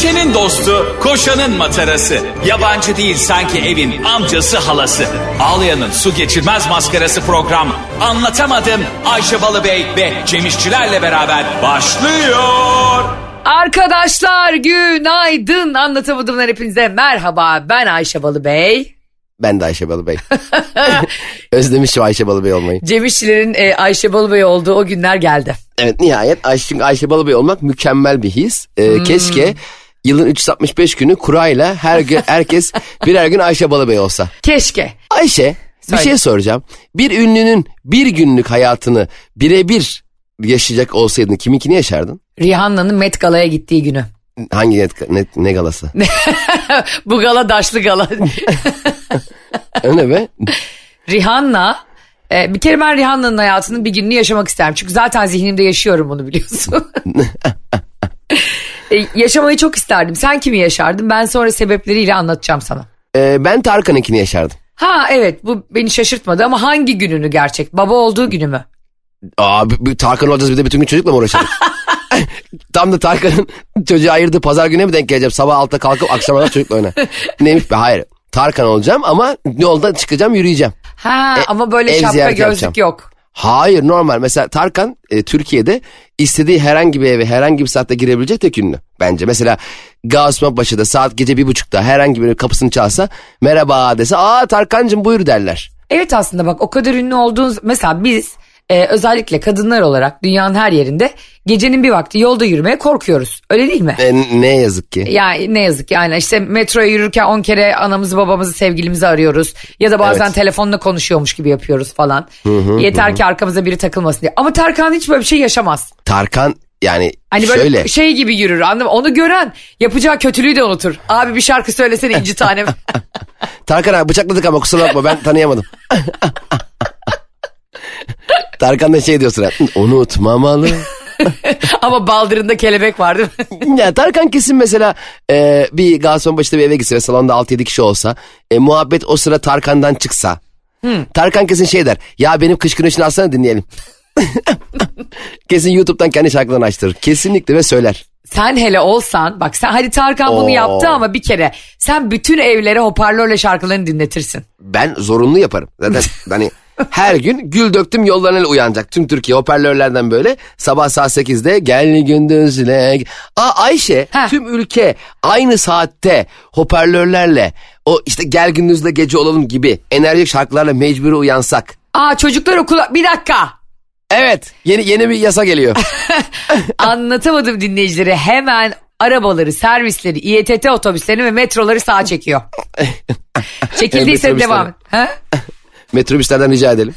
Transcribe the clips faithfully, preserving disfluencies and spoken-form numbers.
Ayşe'nin dostu, koşanın matarası. Yabancı değil sanki evin amcası halası. Ağlayan'ın su geçirmez maskarası program. Anlatamadım Ayşe Balıbey ve Cemişçilerle beraber başlıyor. Arkadaşlar günaydın. Anlatamadımlar hepinize merhaba. Ben Ayşe Balıbey. Ben de Ayşe Balıbey. Özlemişim Ayşe Balıbey olmayı. Cemişçilerin e, Ayşe Balıbey olduğu o günler geldi. Evet, nihayet Ayşe, çünkü Ayşe Balıbey olmak mükemmel bir his. Ee, hmm. Keşke yılın üç yüz altmış beş günü kurayla her gün herkes birer gün Ayşe Balıbey olsa. Keşke. Ayşe, bir Söyle. şey soracağım. Bir ünlünün bir günlük hayatını birebir yaşayacak olsaydın kiminkini yaşardın? Rihanna'nın Met Gala'ya gittiği günü. Hangi net, net, ne galası? Bu gala Daşlı Gala. Öyle be. Rihanna, e, bir kere ben Rihanna'nın hayatının bir gününü yaşamak isterim. Çünkü zaten zihnimde yaşıyorum bunu, biliyorsun. e, yaşamayı çok isterdim. Sen kimi yaşardın? Ben sonra sebepleriyle anlatacağım sana. E, ben Tarkan'ınkini yaşardım. Ha evet, bu beni şaşırtmadı ama hangi gününü gerçek? Baba olduğu günü mü? Abi Tarkan olacağız, bir de bütün gün çocukla mı uğraşalım? Tam da Tarkan'ın çocuğu ayırdığı pazar gününe mi denk geleceğim? Sabah altta kalkıp akşama kadar çocukla oyna. Neymiş be? Hayır. Tarkan olacağım ama yolda çıkacağım, yürüyeceğim. Ha e, ama böyle şapka gözlük yapacağım. Yok. Hayır, normal. Mesela Tarkan e, Türkiye'de istediği herhangi bir eve herhangi bir saatte girebilecek tek ünlü bence. Mesela Gaziosmanpaşa'da saat gece bir buçukta herhangi bir kapısını çalsa merhaba dese, aa Tarkan'cığım buyur derler. Evet, aslında bak, o kadar ünlü olduğun, mesela biz e, özellikle kadınlar olarak dünyanın her yerinde gecenin bir vakti yolda yürümeye korkuyoruz. Öyle değil mi? E, ne yazık ki. Ya ne yazık ki, yani işte metroya yürürken on kere anamızı babamızı sevgilimizi arıyoruz. Ya da bazen evet. telefonla konuşuyormuş gibi yapıyoruz falan. Hı hı, Yeter hı. ki arkamıza biri takılmasın diye. Ama Tarkan hiç böyle bir şey yaşamaz. Tarkan yani hani böyle şöyle. şey gibi yürür, anladın mı? Onu gören yapacağı kötülüğü de unutur. Abi bir şarkı söylesene inci tanem. Tarkan abi bıçakladık ama kusura bakma, ben tanıyamadım. Tarkan da şey diyor sıra, unutmamalı. Ama baldırında kelebek var değil mi? Ya Tarkan kesin mesela e, bir Gaziosmanpaşa'da bir eve gitse ve salonda altı yedi kişi olsa, e, muhabbet o sıra Tarkan'dan çıksa. Hmm. Tarkan kesin şey der, ya benim Kış Güneşi'ni alsana dinleyelim. Kesin YouTube'dan kendi şarkılarını açtırır. Kesinlikle ve söyler. Sen hele olsan, bak sen, hadi Tarkan bunu Oo. yaptı ama bir kere sen bütün evlere hoparlörle şarkılarını dinletirsin. Ben zorunlu yaparım. Zaten hani her gün gül döktüm yollarına uyanacak tüm Türkiye hoparlörlerden böyle sabah saat sekizde gel gündüzle. Aa Ayşe, Heh. tüm ülke aynı saatte hoparlörlerle o işte gel gündüzle gece olalım gibi enerjik şarkılarla mecburi uyansak. Aa çocuklar okula, bir dakika. Evet, yeni yeni bir yasa geliyor. Anlatamadım dinleyicileri, hemen arabaları, servisleri, İ E T T otobüslerini ve metroları sağa çekiyor. Çekildiyse devam et. Ha? Metrobüslerden rica edelim.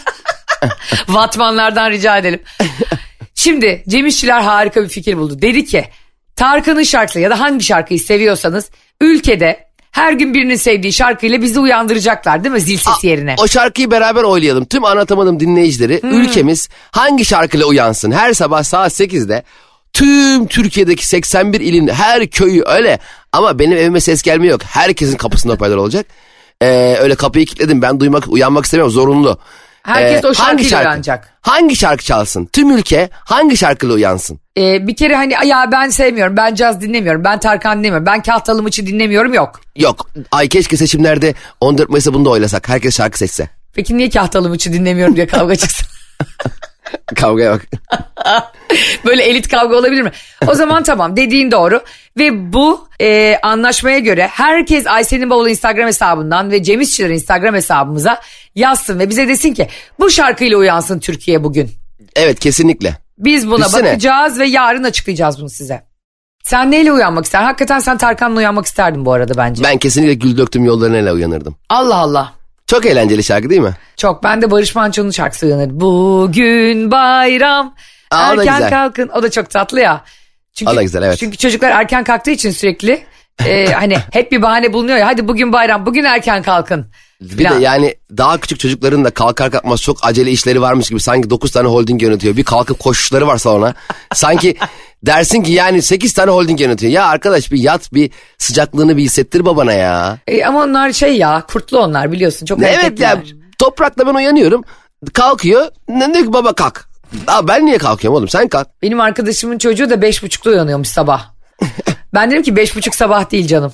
Vatmanlardan rica edelim. Şimdi Cemişçiler harika bir fikir buldu. Dedi ki Tarkan'ın şarkısı ya da hangi şarkıyı seviyorsanız ülkede her gün birinin sevdiği şarkıyla bizi uyandıracaklar, değil mi, zil sesi yerine? O şarkıyı beraber oylayalım. Tüm Anlatamadım dinleyicileri, hmm. ülkemiz hangi şarkıyla uyansın? Her sabah saat sekizde tüm Türkiye'deki seksen bir ilin her köyü öyle. Ama benim evime ses gelmiyor yok. Herkesin kapısında hoparlör olacak. Ee, öyle kapıyı kilitledim, ben duymak uyanmak istemiyorum, zorunlu. Herkes ee, o şarkıyla şarkı, uyanacak. Hangi şarkı çalsın? Tüm ülke hangi şarkıyla uyansın? Ee, bir kere hani ya ben sevmiyorum, ben caz dinlemiyorum, ben Tarkan dinlemiyorum, ben Kahtalı Mıçı dinlemiyorum, yok. Yok. Ay keşke seçimlerde on dört Mayıs'ta bunu da oylasak. Herkes şarkı seçse. Peki niye Kahtalı Mıçı dinlemiyorum diye kavga çıksın? Kavgaya bak. Böyle elit kavga olabilir mi? O zaman tamam, dediğin doğru. Ve bu e, anlaşmaya göre herkes Ayşe'nin bavulu Instagram hesabından ve Cem İşçilerin Instagram hesabımıza yazsın ve bize desin ki bu şarkıyla uyansın Türkiye bugün. Evet, kesinlikle. Biz buna Düşsene. bakacağız ve yarın açıklayacağız bunu size. Sen neyle uyanmak isterdin? Hakikaten sen Tarkan'la uyanmak isterdin bu arada bence. Ben kesinlikle gül döktüm yollarına uyanırdım. Allah Allah. Çok eğlenceli şarkı değil mi? Çok. Ben de Barış Manço'nun şarkısı uyanırdım. Bugün bayram. Aa, erken kalkın. O da çok tatlı ya. Çünkü, o da güzel, evet. Çünkü çocuklar erken kalktığı için sürekli e, hani hep bir bahane bulunuyor ya. Hadi bugün bayram, bugün erken kalkın. Bir falan. De yani daha küçük çocukların da kalkar kalkmaz çok acele işleri varmış gibi sanki dokuz tane holding yönetiyor. Bir kalkıp koşuşları var salona. Sanki dersin ki yani sekiz tane holding yönetiyor. Ya arkadaş bir yat, bir sıcaklığını bir hissettir babana ya. E, ama onlar şey ya, kurtlu onlar, biliyorsun, çok hareketliler. Evet ya, toprakla ben uyanıyorum, kalkıyor, ne diyor ki baba kalk. Aa, ben niye kalkıyorum oğlum, sen kalk. Benim arkadaşımın çocuğu da beş buçukta uyanıyormuş sabah. Ben dedim ki beş buçuk sabah değil canım.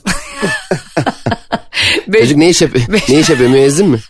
Çocuk ne iş yapıyor? Ne iş yapıyor? Müezzin mi?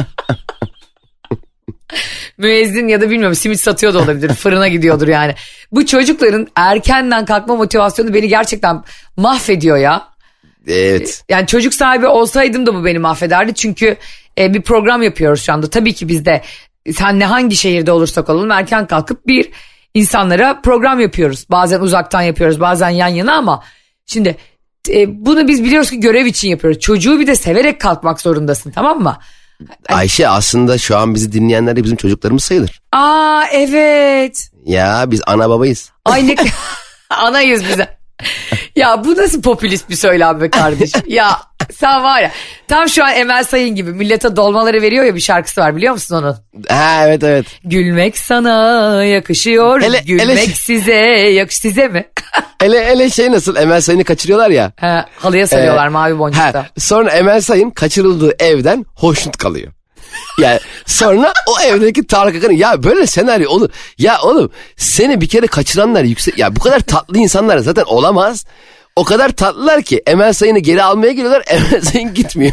Müezzin ya da bilmiyorum simit satıyor da olabilir. Fırına gidiyordur yani. Bu çocukların erkenden kalkma motivasyonu beni gerçekten mahvediyor ya. Evet. Yani çocuk sahibi olsaydım da bu beni mahvederdi. Çünkü e, bir program yapıyoruz şu anda. Tabii ki biz de sen ne hangi şehirde olursak olalım erken kalkıp bir insanlara program yapıyoruz. Bazen uzaktan yapıyoruz, bazen yan yana ama şimdi e, bunu biz biliyoruz ki görev için yapıyoruz. Çocuğu bir de severek kalkmak zorundasın, tamam mı? Ayşe aslında şu an bizi dinleyenler de bizim çocuklarımız sayılır. Aa evet. Ya biz ana babayız. Ay ne anayız bize. Ya bu nasıl popülist bir söylem be kardeşim. Ya sen var ya tam şu an Emel Sayın gibi millete dolmaları veriyor ya, bir şarkısı var biliyor musun onun? Ha evet evet. Gülmek sana yakışıyor. Ele, gülmek ele... size yakış size mi? Ele ele şey nasıl, Emel Sayın'ı kaçırıyorlar ya. He, halıya sarıyorlar ee, mavi boncukta. He, sonra Emel Sayın kaçırıldığı evden hoşnut kalıyor. Yani sonra o evdeki Tarık Akan'ı, ya böyle senaryo olur. Ya oğlum seni bir kere kaçıranlar yüksek. Ya bu kadar tatlı insanlar zaten olamaz. O kadar tatlılar ki Emel Sayın'ı geri almaya geliyorlar. Emel Sayın gitmiyor.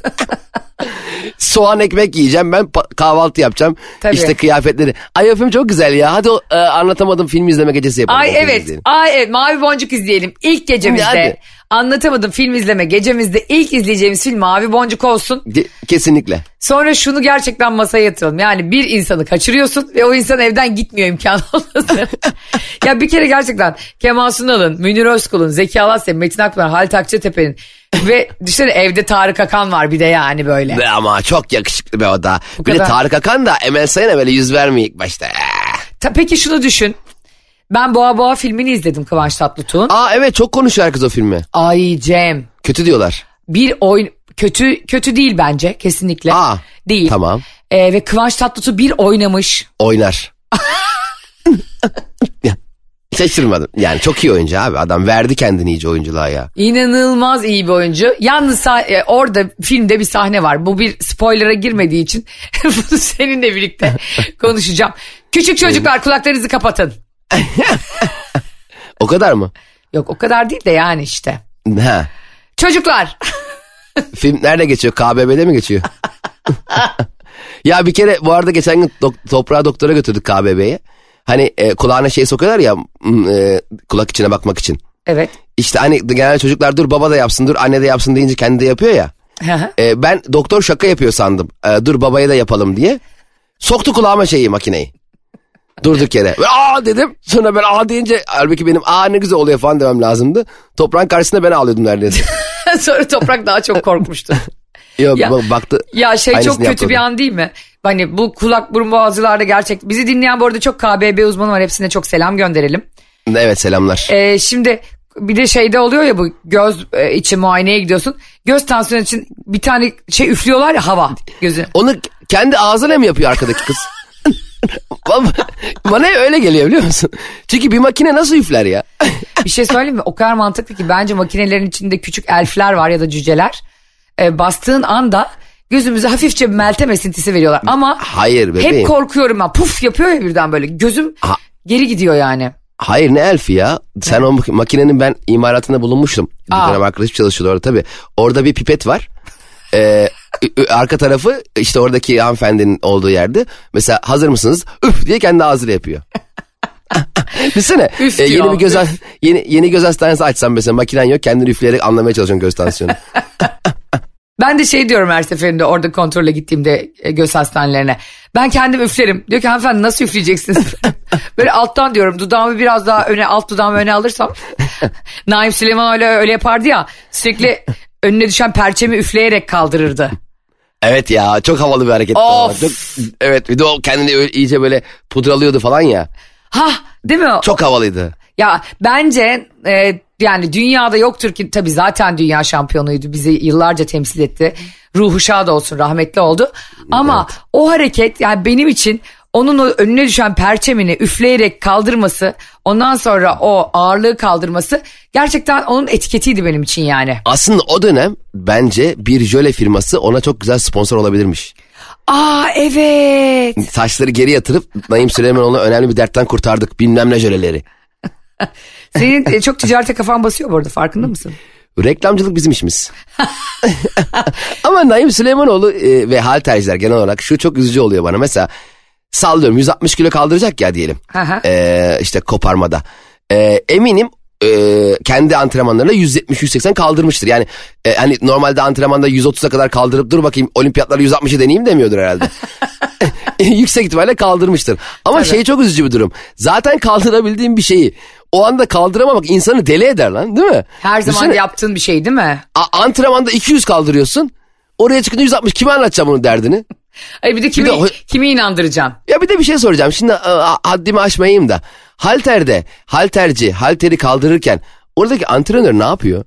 Soğan ekmek yiyeceğim ben, kahvaltı yapacağım. Tabii. İşte kıyafetleri. Ay o film çok güzel ya. Hadi o e, anlatamadım film izleme gecesi yapalım. Ay evet. Ay evet, Mavi Boncuk izleyelim. İlk gecemizde. Hadi. Anlatamadım film izleme gecemizde ilk izleyeceğimiz film Mavi Boncuk olsun. Ge- kesinlikle. Sonra şunu gerçekten masaya yatıralım. Yani bir insanı kaçırıyorsun ve o insan evden gitmiyor imkanı olmasın. Ya bir kere gerçekten Kemal Sunal'ın, Münir Özkul'un, Zeki Alasya, Metin Akpınar, Halit Akçatepe'nin ve düşünsene evde Tarık Akan var bir de yani böyle. Be ama çok yakışıklı be o da. Bu bir kadar. De Tarık Akan da Emel Sayın'a böyle yüz vermiyor ilk başta. Ta, peki şunu düşün. Ben Boğa Boğa filmini izledim Kıvanç Tatlıtuğ'un. Aa evet, çok konuşuyor herkes o filmi. Ay Cem. Kötü diyorlar. Bir oyun kötü kötü değil bence kesinlikle. Aa değil. Tamam. Ee, ve Kıvanç Tatlıtuğ bir oynamış. Oynar. Şaşırmadım. Yani çok iyi oyuncu abi. Adam verdi kendini iyice oyunculuğa ya. İnanılmaz iyi bir oyuncu. Yalnız e, orada filmde bir sahne var. Bu bir spoiler'a girmediği için bunu seninle birlikte konuşacağım. Küçük çocuklar kulaklarınızı kapatın. O kadar mı? Yok o kadar değil de yani işte. Ha. Çocuklar. Film nerede geçiyor? K B B'de mi geçiyor? Ya bir kere bu arada geçen gün dok- toprağı doktora götürdük K B B'ye. Hani e, kulağına şey sokuyorlar ya e, kulak içine bakmak için. Evet. İşte hani genelde çocuklar dur baba da yapsın, dur anne de yapsın deyince kendi de yapıyor ya. e, ben doktor şaka yapıyor sandım. E, dur babaya da yapalım diye. Soktu kulağıma şeyi, makineyi. Durduk yere. Ben aa dedim. Sonra ben aa deyince halbuki benim aa ne güzel oluyor falan demem lazımdı. Toprağın karşısında ben ağlıyordum neredeyse. Sonra Toprak daha çok korkmuştu. Yok ya, baktı. Ya şey çok kötü bir an değil mi? Hani bu kulak burun boğazcılarda gerçek. Bizi dinleyen bu arada çok K B B uzmanı var. Hepsine çok selam gönderelim. Evet selamlar. Ee, şimdi bir de şeyde oluyor ya, bu göz içi muayeneye gidiyorsun. Göz tansiyonu için bir tane şey üflüyorlar ya, hava gözü. Onu kendi ağzıyla mı yapıyor arkadaki kız? Bana öyle geliyor biliyor musun? Çünkü bir makine nasıl üfler ya? Bir şey söyleyeyim mi? O kadar mantıklı ki bence makinelerin içinde küçük elfler var ya da cüceler. E, bastığın anda gözümüze hafifçe bir meltem esintisi veriyorlar. Ama hayır bebeğim. Hep korkuyorum ben. Puf yapıyor ya birden böyle. Gözüm ha. geri gidiyor yani. Hayır ne elfi ya? Sen ne? O makinenin ben imalatında bulunmuştum. Bir dönem arkadaşım çalışıyordu orada tabii. Orada bir pipet var. Ee, arka tarafı işte oradaki hanımefendinin olduğu yerde. Mesela hazır mısınız? Üf diye kendi ağzıyla yapıyor. Düşünsene e, yeni bir göz yeni yeni göz hastanesi açsam mesela, makinen yok, kendini üfleyerek anlamaya çalışıyorsun göz tansiyonu. Ben de şey diyorum her seferinde orada kontrole gittiğimde göz hastanelerine. Ben kendim üflerim. Diyor ki hanımefendi nasıl üfleyeceksiniz? Böyle alttan diyorum, dudağımı biraz daha öne, alt dudağımı öne alırsam. Naim Süleyman öyle öyle yapardı ya, sürekli önüne düşen perçemi üfleyerek kaldırırdı. Evet ya, çok havalı bir hareket. Çok, evet, bir de o kendini öyle, iyice böyle pudralıyordu falan ya. Ha değil mi? Çok havalıydı. Ya bence e, yani dünyada yoktur ki, tabii zaten dünya şampiyonuydu, bizi yıllarca temsil etti. Ruhu şad olsun, rahmetli oldu. Ama evet. O hareket yani benim için onun o önüne düşen perçemini üfleyerek kaldırması, ondan sonra o ağırlığı kaldırması gerçekten onun etiketiydi benim için yani. Aslında o dönem bence bir jöle firması ona çok güzel sponsor olabilirmiş. Aa evet. Saçları geri yatırıp Naim Süleymanoğlu'na önemli bir dertten kurtardık bilmem ne jöleleri. Senin çok ticarete kafan basıyor bu arada, farkında mısın? Reklamcılık bizim işimiz. Ama Naim Süleymanoğlu e, ve halterciler genel olarak şu çok üzücü oluyor bana. Mesela sallıyorum yüz altmış kilo kaldıracak ya diyelim. e, işte koparmada. E, eminim e, kendi antrenmanlarına yüz yetmiş yüz seksen kaldırmıştır. Yani e, hani normalde antrenmanda yüz otuza kadar kaldırıp dur bakayım olimpiyatlara yüz altmışı deneyeyim demiyordur herhalde. Yüksek ihtimalle kaldırmıştır. Ama Tabii. şey çok üzücü bir durum. Zaten kaldırabildiğim bir şeyi o anda kaldıramamak insanı deli eder lan, değil mi? Her zaman Düşünsene, yaptığın bir şey değil mi? A- antrenmanda iki yüz kaldırıyorsun. Oraya çıkınca yüz altmış. Kime anlatacağım bunun derdini? Ay bir de kimi, bir de, kimi inandıracaksın? Ya bir de bir şey soracağım. Şimdi a, haddimi aşmayayım da. Halterde, halterci, halteri kaldırırken oradaki antrenör ne yapıyor?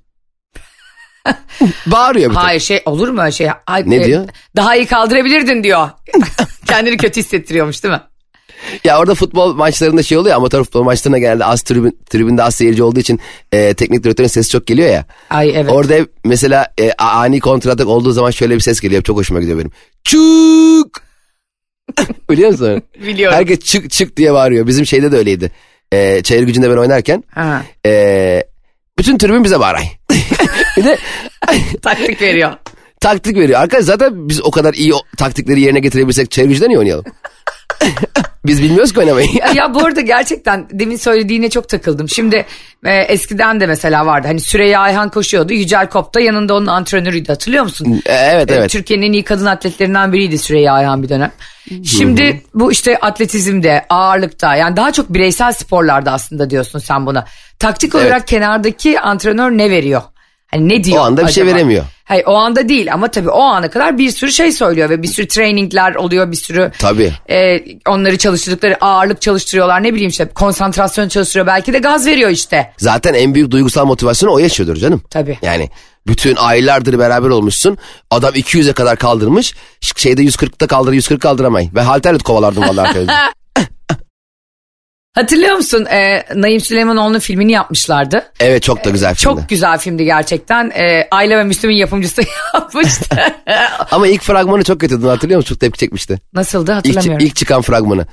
Bağırıyor bir tek. Hayır şey olur mu şey? Ay, ne e, diyor? Daha iyi kaldırabilirdin diyor. Kendini kötü hissettiriyormuş değil mi? Ya orada futbol maçlarında şey oluyor, amatör futbol maçlarına genelde az tribün, tribünde az seyirci olduğu için e, teknik direktörün sesi çok geliyor ya. Ay evet. Orada mesela e, ani kontratak olduğu zaman şöyle bir ses geliyor, çok hoşuma gidiyor benim. Çık! Biliyor musun? Biliyorum. Herkes çık çık diye bağırıyor. Bizim şeyde de öyleydi. E, Çayırgücü'nde ben oynarken e, bütün tribün bize bağıray. Bir de taktik veriyor. Taktik veriyor. Arkadaş zaten biz o kadar iyi o taktikleri yerine getirebilsek Çayırgücü'de niye oynayalım? Biz bilmiyoruz ki oynamayı. Ya bu arada gerçekten demin söylediğine çok takıldım. Şimdi e, eskiden de mesela vardı. Hani Süreyya Ayhan koşuyordu. Yücel Kopta yanında onun antrenörüydü, hatırlıyor musun? E, evet evet. E, Türkiye'nin en iyi kadın atletlerinden biriydi Süreyya Ayhan bir dönem. Şimdi Hı-hı. bu işte atletizmde, ağırlıkta, yani daha çok bireysel sporlarda aslında diyorsun sen buna. Taktik olarak evet. kenardaki antrenör ne veriyor? Hani ne diyor? O anda bir acaba? şey veremiyor. Hayır o anda değil ama tabii o ana kadar bir sürü şey söylüyor ve bir sürü trainingler oluyor, bir sürü tabii. E, onları çalıştırdıkları ağırlık çalıştırıyorlar, ne bileyim işte konsantrasyon çalıştırıyor, belki de gaz veriyor işte. Zaten en büyük duygusal motivasyonu o yaşıyordur canım. Tabii. Yani bütün aylardır beraber olmuşsun, adam iki yüze kadar kaldırmış, şeyde yüz kırkta kaldır yüz kırk kaldıramayın ve halterle kovalardım vallahi arkadaşlar. Hatırlıyor musun? Ee, Naim Süleymanoğlu'nun filmini yapmışlardı. Evet, çok da güzel ee, filmdi. Çok güzel filmdi gerçekten. Ee, Ayla ve Müslüm'ün yapımcısı yapmıştı. Ama ilk fragmanı çok kötüydü, hatırlıyor musun? Çok tepki çekmişti. Nasıldı hatırlamıyorum. İlk, ilk çıkan fragmanı.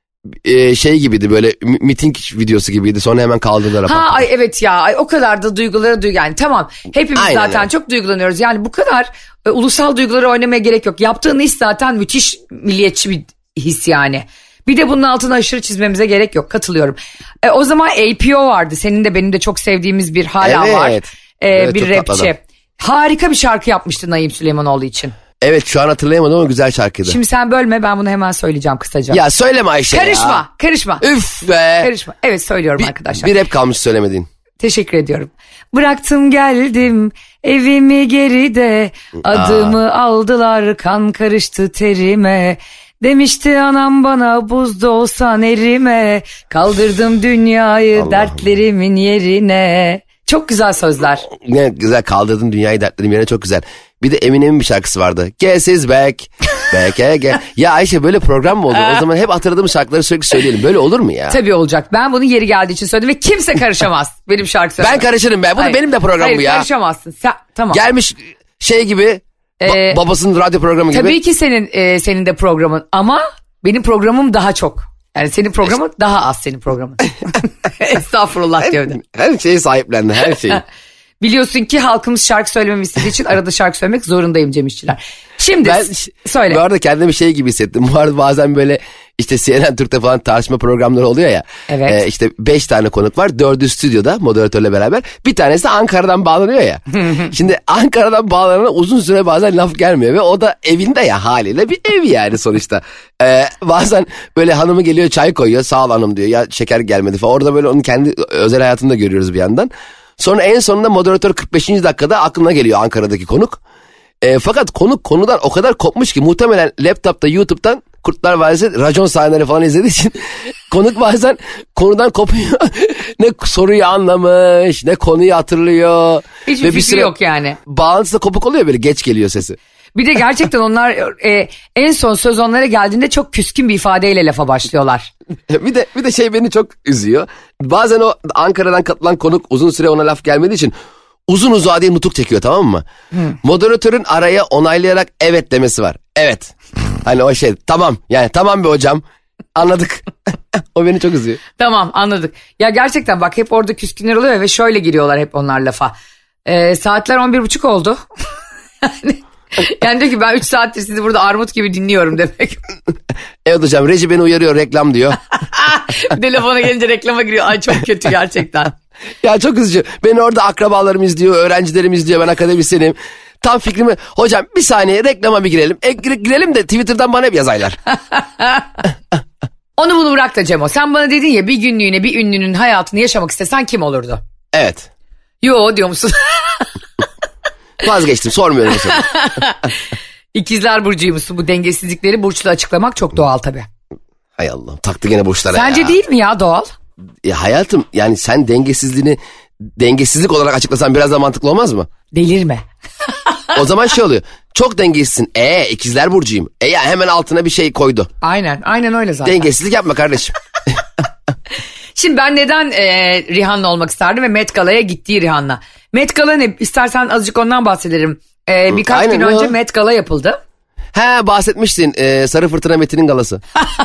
Ee, şey gibiydi, böyle miting videosu gibiydi, sonra hemen kaldırdılar. Ha ay evet ya, ay, o kadar da duygulara duygu, yani tamam hepimiz Aynen zaten öyle. Çok duygulanıyoruz. Yani bu kadar e, ulusal duyguları oynamaya gerek yok. Yaptığın iş zaten müthiş milliyetçi bir his yani. Bir de bunun altına aşırı çizmemize gerek yok, katılıyorum. E, o zaman A P O vardı, senin de benim de çok sevdiğimiz bir hala evet. var. E, evet, bir rapçi. Harika bir şarkı yapmıştı Naim Süleymanoğlu için. Evet, şu an hatırlayamadım ama güzel şarkıydı. Şimdi sen bölme, ben bunu hemen söyleyeceğim kısaca. Ya söyleme Ayşe karışma, ya. Karışma karışma. Üf be. Karışma. Evet söylüyorum bir, arkadaşlar. Bir rap kalmış söylemediğin. Teşekkür ediyorum. Bıraktım geldim evimi geride, adımı Aa. aldılar kan karıştı terime. Demişti anam bana buzda olsan erime, kaldırdım dünyayı Allah'ım. dertlerimin yerine. Çok güzel sözler. Ne güzel, kaldırdım dünyayı dertlerimin yerine, çok güzel. Bir de Eminem'in bir şarkısı vardı. Guess is back. Back again. Ya Ayşe, böyle program mı olur? O zaman hep hatırladığımız şarkıları sürekli söyleyelim. Böyle olur mu ya? Tabii olacak. Ben bunu yeri geldiği için söyledim ve kimse karışamaz benim şarkı söylemem. Ben karışırım be. Bu hayır, benim de programım hayır, bu ya. Hayır karışamazsın. Sen, tamam. Gelmiş şey gibi. Ba- ee, babasının radyo programı gibi. Tabii ki senin e, senin de programın ama benim programım daha çok. Yani senin programın işte. Daha az senin programın. Estağfurullah diyorum. Her şeyi sahiplendi, her şeyi. Biliyorsun ki halkımız şarkı söylememi istediği için arada şarkı söylemek zorundayım Cem İşçiler. Şimdi ben, söyle. Bu arada kendimi şey gibi hissettim. Bu arada bazen böyle işte C N N Türk'te falan tartışma programları oluyor ya. Evet. E, işte beş tane konuk var. Dördü stüdyoda moderatörle beraber. Bir tanesi de Ankara'dan bağlanıyor ya. Şimdi Ankara'dan bağlanana uzun süre bazen laf gelmiyor. Ve o da evinde ya, haliyle bir ev yani sonuçta. E, bazen böyle hanımı geliyor çay koyuyor. Sağ ol hanım diyor. Ya şeker gelmedi falan. Orada böyle onun kendi özel hayatını da görüyoruz bir yandan. Sonra en sonunda moderatör kırk beşinci dakikada aklına geliyor Ankara'daki konuk. E, fakat konuk konudan o kadar kopmuş ki muhtemelen laptopta YouTube'dan Kurtlar Vadisi racon sahneleri falan izlediği için konuk bazen konudan kopuyor. Ne soruyu anlamış, ne konuyu hatırlıyor. Hiçbir fikri bir süre yok yani. Bağlantısı da kopuk oluyor, böyle geç geliyor sesi. Bir de gerçekten onlar e, en son söz onlara geldiğinde çok küskün bir ifadeyle lafa başlıyorlar. bir de bir de şey beni çok üzüyor. Bazen o Ankara'dan katılan konuk uzun süre ona laf gelmediği için uzun uzadıya nutuk çekiyor, tamam mı? Hı. Moderatörün araya onaylayarak evet demesi var. Evet. Hani o şey, tamam yani tamam be hocam. Anladık. O beni çok üzüyor. Tamam anladık. Ya gerçekten bak hep orada küskünler oluyor ve şöyle giriyorlar hep onlar lafa. Ee, saatler on bir buçuk oldu. yani, yani diyor ki ben üç saattir sizi burada armut gibi dinliyorum demek. Evet hocam reji beni uyarıyor reklam diyor. Telefona gelince reklama giriyor. Ay çok kötü gerçekten. Ya çok üzücü. Beni orada akrabalarım izliyor, öğrencilerim izliyor, ben akademisyenim. Tam fikrimi hocam bir saniye reklama bir girelim. E, girelim de Twitter'dan bana hep yazaylar. Onu bunu bırak da Cemo. Sen bana dedin ya bir günlüğüne bir ünlünün hayatını yaşamak istesen kim olurdu? Evet. Yo diyor musun? Vazgeçtim sormuyorum mesela. İkizler burcuymuşsun, bu dengesizlikleri burçla açıklamak çok doğal tabii. Hay Allah taktı gene burçlara. Sence ya. değil mi ya doğal? Ya hayatım yani sen dengesizliğini dengesizlik olarak açıklasan biraz daha mantıklı olmaz mı? Delirme. O zaman şey oluyor. Çok dengesizsin. Ee ikizler burcuyum. E ya hemen altına bir şey koydu. Aynen aynen öyle zaten. Dengesizlik yapma kardeşim. Şimdi ben neden e, Rihanna olmak isterdim ve Met Gala'ya gittiği Rihanna. Met Gala ne? İstersen azıcık ondan bahsederim. E, birkaç Aynen, gün önce o. Met Gala yapıldı. He bahsetmiştin. Ee, Sarı Fırtına Metin'in galası.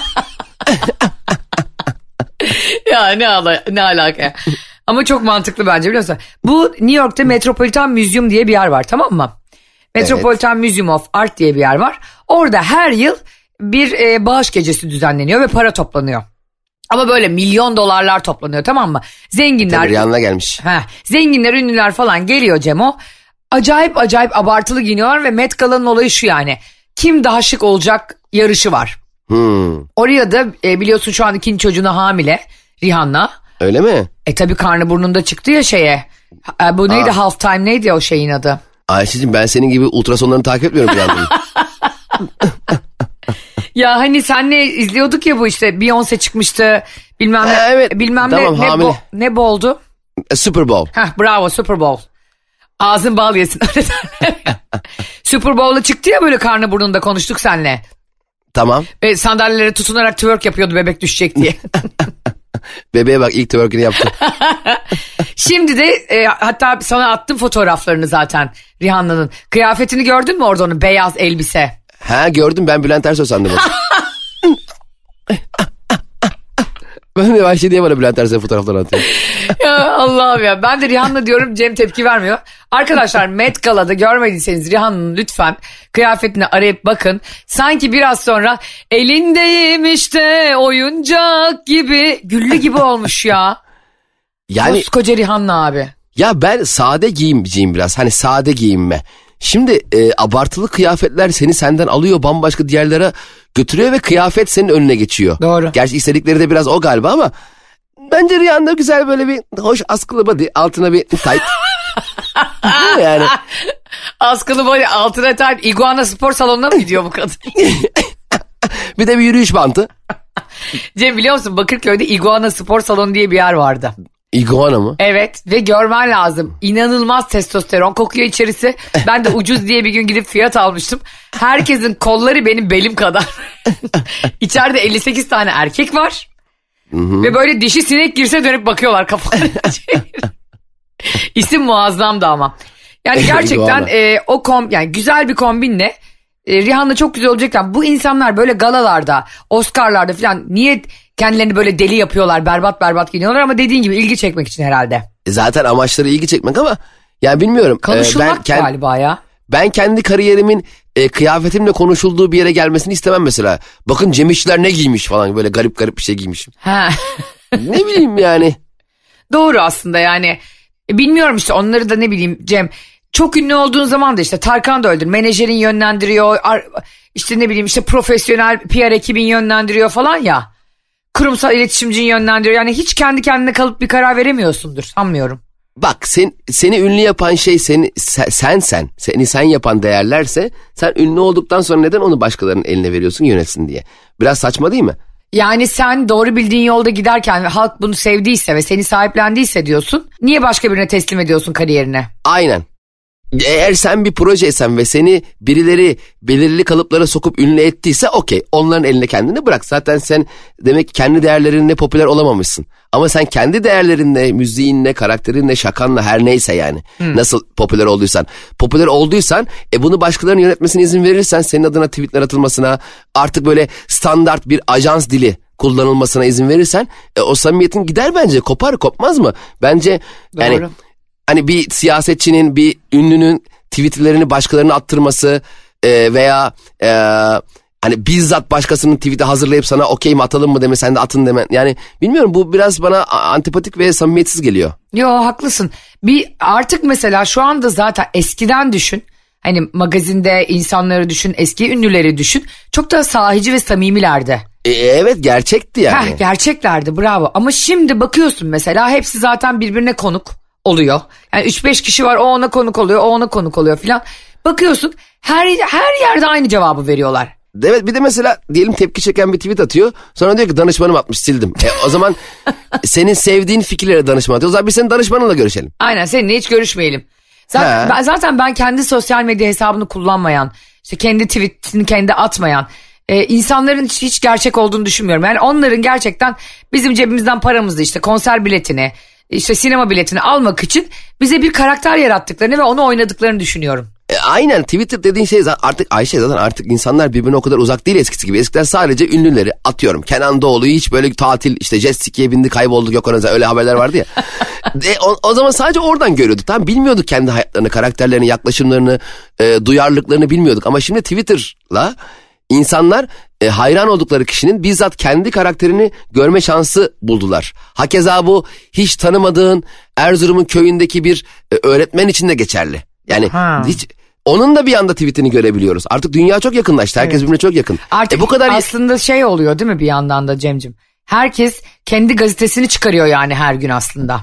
Ya ne, ala, ne alaka ya. Ama çok mantıklı bence biliyor musun? Bu New York'ta Metropolitan Museum diye bir yer var, tamam mı? Metropolitan evet. Museum of Art diye bir yer var. Orada her yıl bir e, bağış gecesi düzenleniyor ve para toplanıyor. Ama böyle milyon dolarlar toplanıyor, tamam mı? Zenginler. Tabii yanına gelmiş. Heh, zenginler, ünlüler falan geliyor Cemo. Acayip acayip abartılı giyiniyorlar ve Met Gala'nın olayı şu yani. Kim daha şık olacak yarışı var. Hmm. Oraya da e, biliyorsun şu an ikinci çocuğuna hamile Rihanna. Öyle mi? E tabii karnı burnunda çıktı ya şeye. E, bu neydi, Half Time neydi o şeyin adı? Ayşe'cim ben senin gibi ultrasonlarını takip etmiyorum bir yandan. Ya hani senle izliyorduk ya bu işte Beyoncé çıkmıştı bilmem ne. Ha, evet. Bilmem Tamam, ne, ne, bo, ne boldu? Super Bowl. Heh, bravo Super Bowl. Ağzın bal yesin öyle derler. Super Bowl'a çıktı ya böyle karnı burnunda, konuştuk seninle. Tamam. Ve sandalyelere tutunarak twerk yapıyordu bebek düşecek diye. Bebeğe bak ilk twerk'ünü yaptı. Şimdi de e, hatta sana attım fotoğraflarını zaten Rihanna'nın. Kıyafetini gördün mü orada, onun beyaz elbise? Ha gördüm, ben Bülent Ersoy sandım. Ben de Ayşe diye bana Bülent Ersoy fotoğrafları atıyor. Ya Allah'ım ya, ben de Rihanna diyorum, Cem tepki vermiyor. Arkadaşlar Met Gala'da görmediyseniz Rihanna'nın lütfen kıyafetini arayıp bakın. Sanki biraz sonra elindeyim işte oyuncak gibi, güllü gibi olmuş ya. Yani koskoca Rihanna abi. Ya ben sade giyimciyim biraz, hani sade giyinme. Şimdi e, abartılı kıyafetler seni senden alıyor, bambaşka diğerlere götürüyor ve kıyafet senin önüne geçiyor. Doğru. Gerçi istedikleri de biraz o galiba ama bence Rihanna güzel böyle bir hoş askılı body, altına bir tight. Yani. Askılı body, altına tight. Iguana spor salonuna mı gidiyor bu kadın? Bir de bir yürüyüş bantı. Cem biliyor musun, Bakırköy'de Iguana spor salonu diye bir yer vardı. İguana mı? Evet ve görmen lazım. İnanılmaz testosteron kokuyor içerisi. Ben de ucuz diye bir gün gidip fiyat almıştım. Herkesin kolları benim belim kadar. İçeride elli sekiz tane erkek var. Hı hı. Ve böyle dişi sinek girse dönüp bakıyorlar kafalarına. İsim muazzamdı ama. Yani gerçekten e, o kom yani güzel bir kombinle e, Rihanna çok güzel olacakken bu insanlar böyle galalarda, Oscar'larda falan niye kendilerini böyle deli yapıyorlar, berbat berbat giyiniyorlar, ama dediğin gibi ilgi çekmek için herhalde. Zaten amaçları ilgi çekmek ama yani bilmiyorum. Konuşulmak e, ben, galiba ya. Ben kendi kariyerimin e, kıyafetimle konuşulduğu bir yere gelmesini istemem mesela. Bakın Cem İşçiler ne giymiş falan, böyle garip garip bir şey giymişim. Ha. Ne bileyim yani. Doğru aslında yani. E, bilmiyorum işte, onları da ne bileyim Cem. Çok ünlü olduğun zaman da işte Tarkan da öldür. Menajerin yönlendiriyor. Ar, işte ne bileyim işte profesyonel P R ekibin yönlendiriyor falan ya. Kurumsal iletişimcinin yönlendiriyor. Yani hiç kendi kendine kalıp bir karar veremiyorsundur sanmıyorum. Bak sen, seni ünlü yapan şey seni, sen, sen sen. Seni sen yapan değerlerse sen ünlü olduktan sonra neden onu başkalarının eline veriyorsun yönetsin diye. Biraz saçma değil mi? Yani sen doğru bildiğin yolda giderken ve halk bunu sevdiyse ve seni sahiplendiyse diyorsun. Niye başka birine teslim ediyorsun kariyerine? Aynen. Eğer sen bir projeysen ve seni birileri belirli kalıplara sokup ünlü ettiyse okey, onların eline kendini bırak. Zaten sen demek ki kendi değerlerinle popüler olamamışsın. Ama sen kendi değerlerinle, müziğinle, karakterinle, şakanla, her neyse yani hmm. nasıl popüler olduysan. Popüler olduysan e bunu başkalarının yönetmesine izin verirsen, senin adına tweetler atılmasına, artık böyle standart bir ajans dili kullanılmasına izin verirsen e, o samimiyetin gider bence, kopar kopmaz mı? Bence Doğru. yani hani bir siyasetçinin, bir ünlünün tweetlerini başkalarına attırması e, veya e, hani bizzat başkasının tweet'i hazırlayıp sana okey mi atalım mı deme, sen de atın deme. Yani bilmiyorum, bu biraz bana antipatik ve samimiyetsiz geliyor. Yo, haklısın. Bir artık mesela şu anda zaten eskiden düşün. Hani magazinde insanları düşün, eski ünlüleri düşün. Çok daha sahici ve samimilerdi. E, evet, gerçekti yani. Heh, gerçeklerdi, bravo. Ama şimdi bakıyorsun mesela hepsi zaten birbirine konuk oluyor. Yani üç beş kişi var, o ona konuk oluyor, o ona konuk oluyor filan. Bakıyorsun her her yerde aynı cevabı veriyorlar. Evet, bir de mesela diyelim tepki çeken bir tweet atıyor. Sonra diyor ki danışmanım atmış, sildim. E, o zaman senin sevdiğin fikirlere danışman atıyor. O zaman biz senin danışmanınla görüşelim. Aynen, seninle hiç görüşmeyelim. Zaten ben, zaten ben kendi sosyal medya hesabını kullanmayan, işte kendi tweetini kendi atmayan e, insanların hiç, hiç gerçek olduğunu düşünmüyorum. Yani onların gerçekten bizim cebimizden paramızı, işte konser biletini, işte sinema biletini almak için bize bir karakter yarattıklarını ve onu oynadıklarını düşünüyorum. E, aynen, Twitter dediğin şey artık Ayşe, zaten artık insanlar birbirine o kadar uzak değil eskisi gibi. Eskiden sadece ünlüleri, atıyorum Kenan Doğulu'yu hiç böyle tatil, işte jet ski'ye bindi kayboldu Gökhan, öyle haberler vardı ya. e, o, o zaman sadece oradan görüyorduk. Tam bilmiyorduk kendi hayatlarını, karakterlerini, yaklaşımlarını, e, duyarlılıklarını bilmiyorduk. Ama şimdi Twitter'la insanlar e, hayran oldukları kişinin bizzat kendi karakterini görme şansı buldular. Hakeza bu hiç tanımadığın Erzurum'un köyündeki bir e, öğretmen için de geçerli. Yani ha. hiç... Onun da bir anda tweetini görebiliyoruz. Artık dünya çok yakınlaştı. Herkes evet. birbirine çok yakın. Artık e bu kadar aslında şey oluyor değil mi bir yandan da Cem'cim? Herkes kendi gazetesini çıkarıyor yani her gün aslında.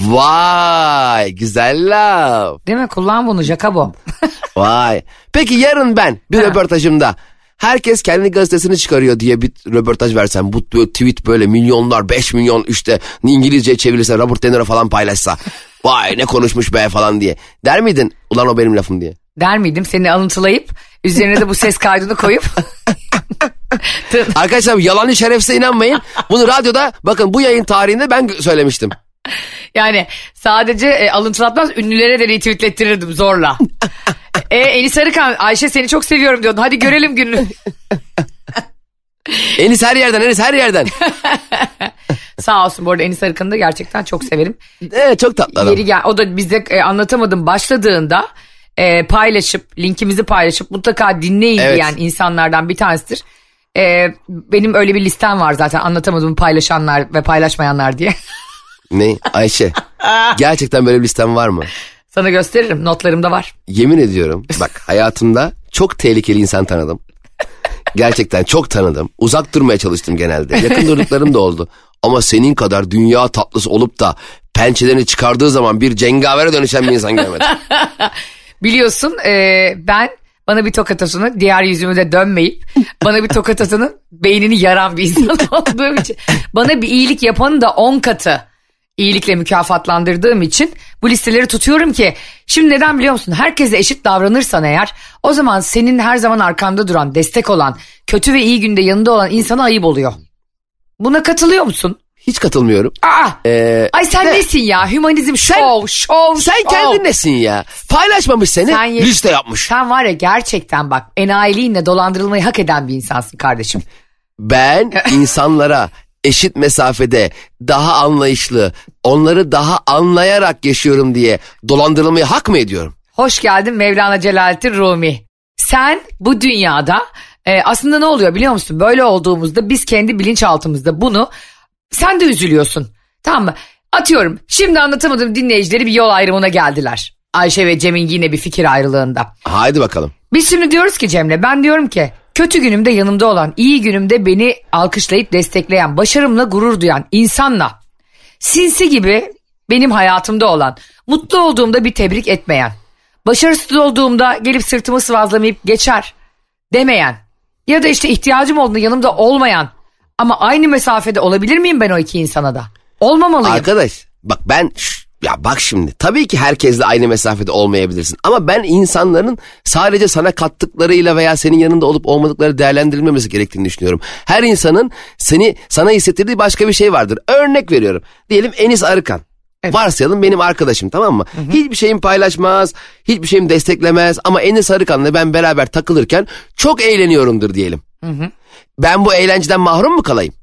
Vay, güzel laf. Değil mi? Kullan bunu Jacobo. Vay. Peki yarın ben bir ha. röportajımda herkes kendi gazetesini çıkarıyor diye bir röportaj versem, bu böyle tweet böyle milyonlar, beş milyon işte İngilizce çevirirse, Robert De Niro falan paylaşsa, vay ne konuşmuş be falan diye. Der miydin ulan o benim lafım diye? Der miydim? Seni alıntılayıp üzerine de bu ses kaydını koyup. Arkadaşlar yalanı şerefsize inanmayın. Bunu radyoda, bakın bu yayın tarihinde ben söylemiştim. Yani sadece e, alıntılatmaz, ünlülere de retweetlettirirdim zorla. e, Enis Arıkan, Ayşe seni çok seviyorum diyordun. Hadi görelim gününü. Enis her yerden, Enis her yerden. Sağ olsun, bu arada Enis Arıkan'ı da gerçekten çok severim. Evet, çok tatlı adam. Yeri gel, o da bizde e, anlatamadım başladığında e, paylaşıp, linkimizi paylaşıp mutlaka dinleyin evet. diyen insanlardan bir tanesidir. E, benim öyle bir listem var zaten, anlatamadım paylaşanlar ve paylaşmayanlar diye. Ne Ayşe? Gerçekten böyle bir listem var mı? Sana gösteririm, notlarımda var. Yemin ediyorum bak, hayatımda çok tehlikeli insan tanıdım. Gerçekten çok tanıdım. Uzak durmaya çalıştım genelde. Yakın durduklarım da oldu. Ama senin kadar dünya tatlısı olup da pençelerini çıkardığı zaman bir cengavere dönüşen bir insan görmedim. Biliyorsun e, ben bana bir tokat atanı, diğer yüzümü de dönmeyip bana bir tokat atanın beynini yaran bir insan olduğum için, bana bir iyilik yapanın da on katı iyilikle mükafatlandırdığım için bu listeleri tutuyorum ki, şimdi neden biliyor musun? Herkese eşit davranırsan eğer, o zaman senin her zaman arkanda duran, destek olan, kötü ve iyi günde yanında olan insana ayıp oluyor. Buna katılıyor musun? Hiç katılmıyorum. Aa, ee, ay sen he, nesin ya? Hümanizm şov, şov, Sen şov. Kendin nesin ya? Paylaşmamış seni, sen ye- liste yapmış. Sen var ya gerçekten bak, enayiliğinle dolandırılmayı hak eden bir insansın kardeşim. Ben insanlara eşit mesafede, daha anlayışlı, onları daha anlayarak yaşıyorum diye dolandırılmayı hak mı ediyorum? Hoş geldin Mevlana Celaleddin Rumi. Sen bu dünyada e, aslında ne oluyor biliyor musun? Böyle olduğumuzda biz kendi bilinçaltımızda bunu, sen de üzülüyorsun. Tamam mı? Atıyorum, şimdi anlatamadığım dinleyicileri bir yol ayrımına geldiler. Ayşe ve Cem'in yine bir fikir ayrılığında. Haydi bakalım. Biz şimdi diyoruz ki Cem'le, ben diyorum ki kötü günümde yanımda olan, iyi günümde beni alkışlayıp destekleyen, başarımla gurur duyan insanla, sinsi gibi benim hayatımda olan, mutlu olduğumda bir tebrik etmeyen, başarısız olduğumda gelip sırtımı sıvazlamayıp geçer demeyen, ya da işte ihtiyacım olduğunda yanımda olmayan, ama aynı mesafede olabilir miyim ben o iki insana da? Olmamalıyım. Arkadaş bak, ben ya bak şimdi tabii ki herkesle aynı mesafede olmayabilirsin, ama ben insanların sadece sana kattıklarıyla veya senin yanında olup olmadıkları değerlendirilmemesi gerektiğini düşünüyorum. Her insanın seni sana hissettirdiği başka bir şey vardır. Örnek veriyorum. Diyelim Enis Arıkan. Evet. Varsayalım benim arkadaşım, tamam mı? Hı hı. Hiçbir şeyimi paylaşmaz, hiçbir şeyimi desteklemez, ama Enis Arıkan'la ben beraber takılırken çok eğleniyorumdur diyelim. Hı hı. Ben bu eğlenceden mahrum mu kalayım?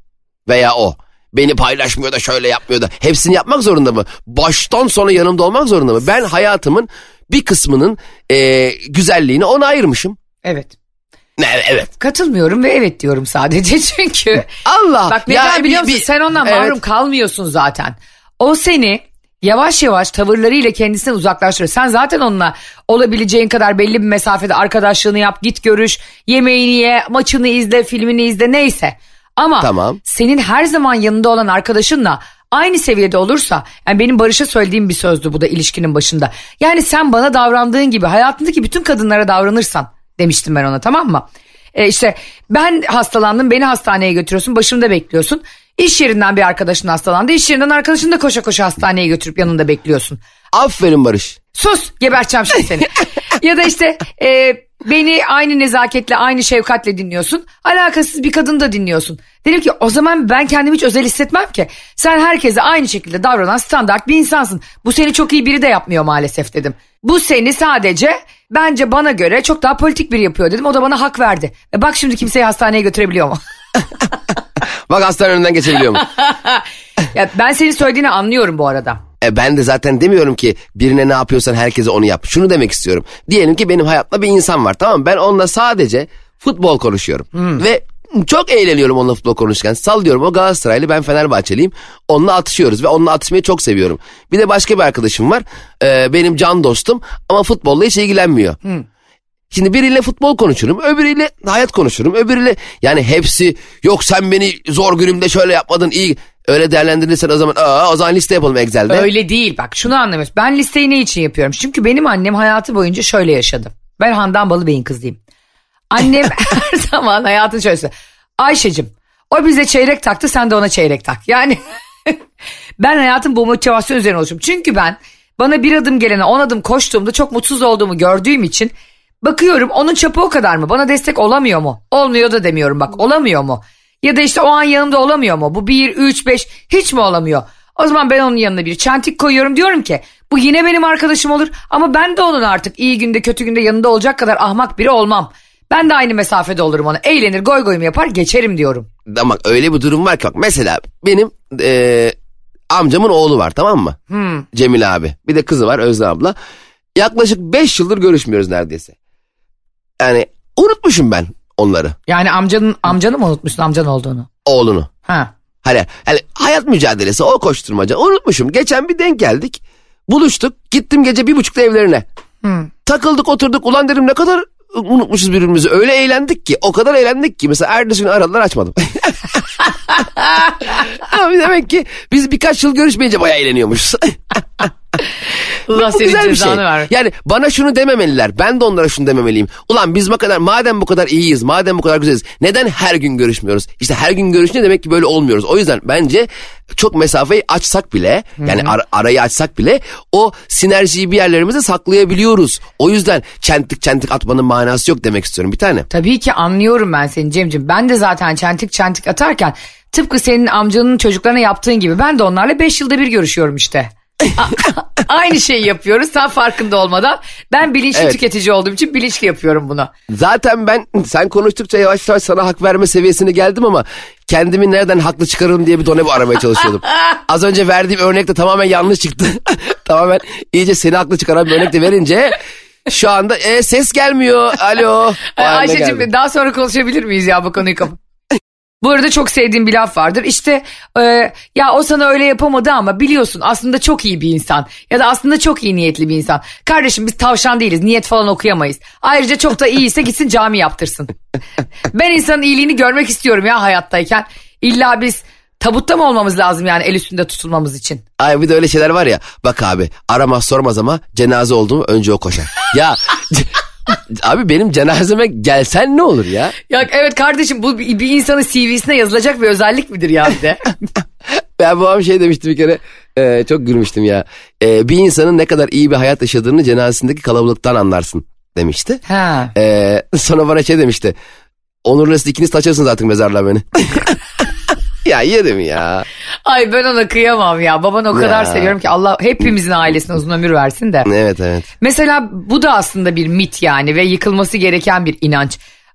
veya o. Beni paylaşmıyor da şöyle yapmıyor da. Hepsini yapmak zorunda mı? Baştan sona yanımda olmak zorunda mı? Ben hayatımın bir kısmının e, güzelliğini ona ayırmışım. Evet. Ne, evet. Katılmıyorum ve evet diyorum sadece çünkü. Allah. Bak neden ya, biliyor musun? Bir, Sen ondan evet. mahrum kalmıyorsun zaten. O seni yavaş yavaş tavırlarıyla kendisinden uzaklaştırıyor. Sen zaten onunla olabileceğin kadar belli bir mesafede arkadaşlığını yap, git görüş, yemeğini ye, maçını izle, filmini izle, neyse. Ama tamam. Senin her zaman yanında olan arkadaşınla aynı seviyede olursa, yani benim Barış'a söylediğim bir sözdü bu da ilişkinin başında. Yani sen bana davrandığın gibi hayatındaki bütün kadınlara davranırsan demiştim ben ona, tamam mı? E işte ben hastalandım, beni hastaneye götürüyorsun, başımda bekliyorsun. İş yerinden bir arkadaşın hastalandı, iş yerinden arkadaşını da koşa koşa hastaneye götürüp yanında bekliyorsun. Aferin Barış. Sus, geberteceğim şimdi seni. Ya da işte e, beni aynı nezaketle, aynı şefkatle dinliyorsun. Alakasız bir kadını da dinliyorsun. Dedim ki o zaman ben kendimi hiç özel hissetmem ki. Sen herkese aynı şekilde davranan standart bir insansın. Bu seni çok iyi biri de yapmıyor maalesef dedim. Bu seni sadece bence bana göre çok daha politik biri yapıyor dedim. O da bana hak verdi. E bak şimdi kimseyi hastaneye götürebiliyor mu? Bak hastane önünden geçebiliyor mu? Ya ben senin söylediğini anlıyorum bu arada. E ben de zaten demiyorum ki birine ne yapıyorsan herkese onu yap. Şunu demek istiyorum. Diyelim ki benim hayatımda bir insan var, tamam mı? Ben onunla sadece futbol konuşuyorum. Hmm. Ve çok eğleniyorum onunla futbol konuşurken. Sallıyorum, o Galatasaraylı, ben Fenerbahçeliyim. Onunla atışıyoruz ve onunla atışmayı çok seviyorum. Bir de başka bir arkadaşım var. E, benim can dostum ama futbolla hiç ilgilenmiyor. Hmm. Şimdi biriyle futbol konuşurum, öbürüyle hayat konuşurum, öbürüyle yani hepsi yok sen beni zor günümde şöyle yapmadın iyi. Öyle değerlendirirsen o zaman aa, o zaman liste yapalım Excel'de. Öyle değil, bak şunu anlamıyorsun. Ben listeyi ne için yapıyorum? Çünkü benim annem hayatı boyunca şöyle yaşadı. Ben Handan Balıbey'in kızıyım. Annem her zaman hayatını şöyle söyledi. Ayşe'cim o bize çeyrek taktı, sen de ona çeyrek tak. Yani ben hayatım bu motivasyon üzerine oluşum. Çünkü ben bana bir adım gelene on adım koştuğumda çok mutsuz olduğumu gördüğüm için bakıyorum onun çapı o kadar mı? Bana destek olamıyor mu? Olmuyor da demiyorum bak, olamıyor mu? Ya da işte o an yanımda olamıyor mu? Bu bir, üç, beş hiç mi olamıyor? O zaman ben onun yanına bir çentik koyuyorum, diyorum ki bu yine benim arkadaşım olur ama ben de onun artık iyi günde kötü günde yanında olacak kadar ahmak biri olmam. Ben de aynı mesafede olurum ona. Eğlenir, goy goyumu yapar, geçerim diyorum. Ama öyle bir durum var ki bak mesela benim e, amcamın oğlu var, tamam mı? Hmm. Cemil abi. Bir de kızı var, Özde abla. Yaklaşık beş yıldır görüşmüyoruz neredeyse. Yani unutmuşum ben onları. Yani amcanın amcanı mı unutmuşsun, amcan olduğunu? Oğlunu. Ha. Hani, hani hayat mücadelesi, o koşturmaca unutmuşum. Geçen bir denk geldik. Buluştuk. Gittim gece bir buçukta evlerine. Hmm. Takıldık, oturduk. Ulan dedim ne kadar unutmuşuz birbirimizi. Öyle eğlendik ki. O kadar eğlendik ki. Mesela ertesi gün aradılar, açmadım. Abi demek ki biz birkaç yıl görüşmeyince bayağı eğleniyormuşuz. Allah senin cezanı şey. ver. Yani bana şunu dememeliler. Ben de onlara şunu dememeliyim. Ulan biz bu kadar, madem bu kadar iyiyiz, madem bu kadar güzeliz, neden her gün görüşmüyoruz? İşte her gün görüşünce demek ki böyle olmuyoruz. O yüzden bence çok mesafeyi açsak bile, Hı-hı. yani ar- arayı açsak bile o sinerjiyi bir yerlerimize saklayabiliyoruz. O yüzden çentik çentik atmanın manası yok demek istiyorum bir tane. Tabii ki anlıyorum ben seni Cem'ciğim. Ben de zaten çentik çentik atarken tıpkı senin amcanın çocuklarına yaptığın gibi ben de onlarla beş yılda bir görüşüyorum işte. Aynı şeyi yapıyoruz sen farkında olmadan. Ben bilinçli evet. tüketici olduğum için bilinçli yapıyorum bunu. Zaten ben sen konuştukça yavaş yavaş sana hak verme seviyesine geldim ama kendimi nereden haklı çıkarırım diye bir donebu aramaya çalışıyordum. Az önce verdiğim örnek de tamamen yanlış çıktı. Tamamen iyice seni haklı çıkaran bir örnek de verince şu anda e, ses gelmiyor. Alo. Ayşe'cim daha sonra konuşabilir miyiz ya bu konuyu kapat. Bu arada çok sevdiğim bir laf vardır. İşte e, ya o sana öyle yapamadı ama biliyorsun aslında çok iyi bir insan. Ya da aslında çok iyi niyetli bir insan. Kardeşim biz tavşan değiliz. Niyet falan okuyamayız. Ayrıca çok da iyiyse gitsin cami yaptırsın. Ben insanın iyiliğini görmek istiyorum ya hayattayken. İlla biz tabutta mı olmamız lazım yani el üstünde tutulmamız için? Ay bir de öyle şeyler var ya. Bak abi aramaz sormaz ama cenaze oldu mu önce o koşar. Ya... Abi benim cenazeme gelsen ne olur ya? Ya evet kardeşim bu bir insanın C V'sine yazılacak bir özellik midir ya bir de? Ben babam şey demişti bir kere e, çok gülmüştüm ya. E, bir insanın ne kadar iyi bir hayat yaşadığını cenazesindeki kalabalıktan anlarsın demişti. Ha. E, sonra bana şey demişti. Onur'la siz ikiniz taşırsınız artık mezarlığa beni. Ya yerim ya. Ay ben ona kıyamam ya. Babanı o kadar ya. seviyorum ki Allah hepimizin ailesine uzun ömür versin de. Evet evet. Mesela bu da aslında bir mit yani ve yıkılması gereken bir inanç.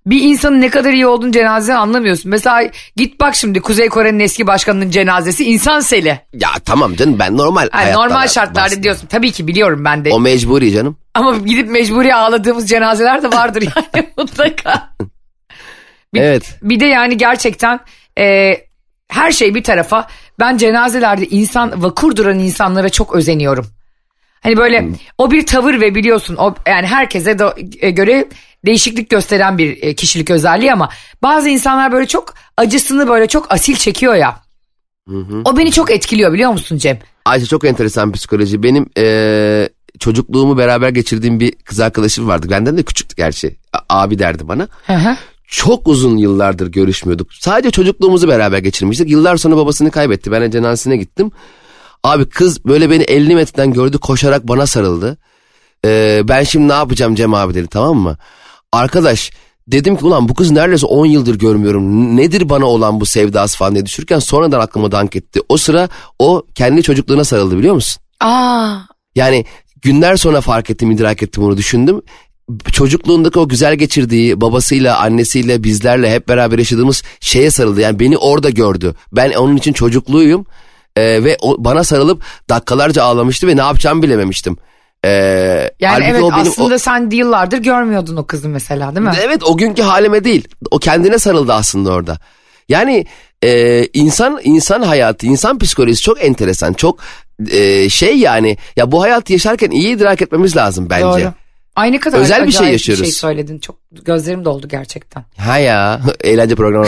bir insanın ne kadar iyi olduğunu cenazeden anlamıyorsun. Mesela git bak şimdi Kuzey Kore'nin eski başkanının cenazesi insan seli. Ya tamam canım ben normal yani normal şartlarda bahsediyorum. Diyorsun. Tabii ki biliyorum ben de. O mecburi canım. Ama gidip mecburi ağladığımız cenazeler de vardır yani mutlaka. Bir, evet. Bir de yani gerçekten e, her şey bir tarafa, ben cenazelerde insan vakur duran insanlara çok özeniyorum. Hani böyle hmm. o bir tavır ve biliyorsun o yani herkese de göre değişiklik gösteren bir kişilik özelliği ama bazı insanlar böyle çok acısını böyle çok asil çekiyor ya. Hı hı. O beni çok etkiliyor biliyor musun Cem? Ayşe çok enteresan psikoloji. Benim ee, çocukluğumu beraber geçirdiğim bir kız arkadaşım vardı. Benden de küçüktü gerçi. A- abi derdi bana. Hı hı. Çok uzun yıllardır görüşmüyorduk. Sadece çocukluğumuzu beraber geçirmiştik. Yıllar sonra babasını kaybetti. Ben de cenazesine gittim. Abi kız böyle beni elli metreden gördü, koşarak bana sarıldı. Ee, ben şimdi ne yapacağım Cem abi dedi, tamam mı? Arkadaş dedim ki ulan bu kız neredeyse on yıldır görmüyorum. Nedir bana olan bu sevdası falan diye düşünürken sonradan aklıma dank etti. O sıra o kendi çocukluğuna sarıldı biliyor musun? Aa. Yani günler sonra fark ettim, idrak ettim, onu düşündüm. Çocukluğundaki o güzel geçirdiği babasıyla, annesiyle, bizlerle hep beraber yaşadığımız şeye sarıldı. Yani beni orada gördü. Ben onun için çocukluğuyum. Ee, ve o bana sarılıp dakikalarca ağlamıştı ve ne yapacağımı bilememiştim. Ee, yani evet o benim, aslında o... sen yıllardır görmüyordun o kızı mesela değil mi? Evet, o günkü halime değil. O kendine sarıldı aslında orada. Yani e, insan insan hayatı, insan psikolojisi çok enteresan. Çok e, şey yani ya bu hayatı yaşarken iyi idrak etmemiz lazım bence. Doğru. Ay ne kadar özel bir şey yaşıyoruz. Bir şey söyledin. Çok gözlerim doldu gerçekten. Ha ya, eğlence programı.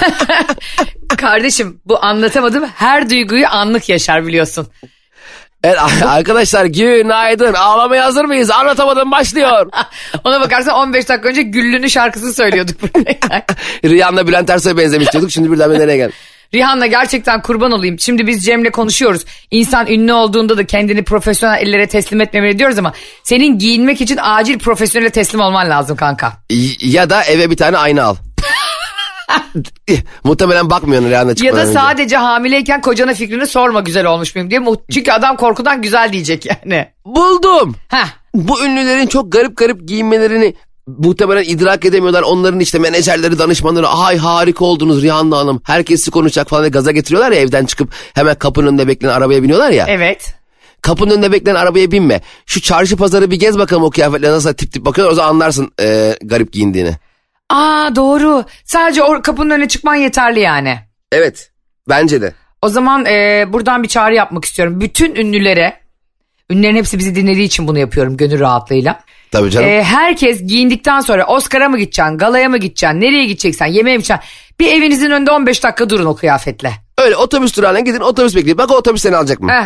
Kardeşim bu anlatamadım. Her duyguyu anlık yaşar biliyorsun. Evet arkadaşlar günaydın. Ağlamaya hazır mıyız? Anlatamadım başlıyor. Ona bakarsan on beş dakika önce Güllü'nün şarkısını söylüyorduk buraya. Rihanna Bülent Ersoy'a benzemiş diyorduk. Şimdi birden nereye geldi? Rihanna gerçekten kurban olayım. Şimdi biz Cem'le konuşuyoruz. İnsan ünlü olduğunda da kendini profesyonel ellere teslim etmemeli diyoruz ama senin giyinmek için acil profesyonele teslim olman lazım kanka. Ya da eve bir tane ayna al. Muhtemelen bakmıyorsun Rihanna çıkmadan önce. Ya da önce. sadece hamileyken kocana fikrini sorma güzel olmuş muyum diye. Çünkü adam korkudan güzel diyecek yani. Buldum. Heh. Bu ünlülerin çok garip garip giyinmelerini muhtemelen idrak edemiyorlar. Onların işte menajerleri, danışmanları ay harika oldunuz Rihanna Hanım, herkesi konuşacak falan diye gaza getiriyorlar ya, evden çıkıp hemen kapının önünde bekleyen arabaya biniyorlar ya. Evet. Kapının önünde bekleyen arabaya binme. Şu çarşı pazarı bir gez bakalım, o kıyafetle nasıl tip tip bakıyorlar, o zaman anlarsın e, garip giyindiğini. Aa doğru. Sadece o kapının önüne çıkman yeterli yani. Evet. Bence de. O zaman e, buradan bir çağrı yapmak istiyorum. Bütün ünlülere, ünlülerin hepsi bizi dinlediği için bunu yapıyorum gönül rahatlığıyla. Tabii canım. E, herkes giyindikten sonra Oscar'a mı gideceksin, galaya mı gideceksin, nereye gideceksen, yemeğe mi gideceksin? Bir evinizin önünde on beş dakika durun o kıyafetle. Öyle otobüs durağına gidin, otobüs bekleyin. Bak o otobüs seni alacak mı?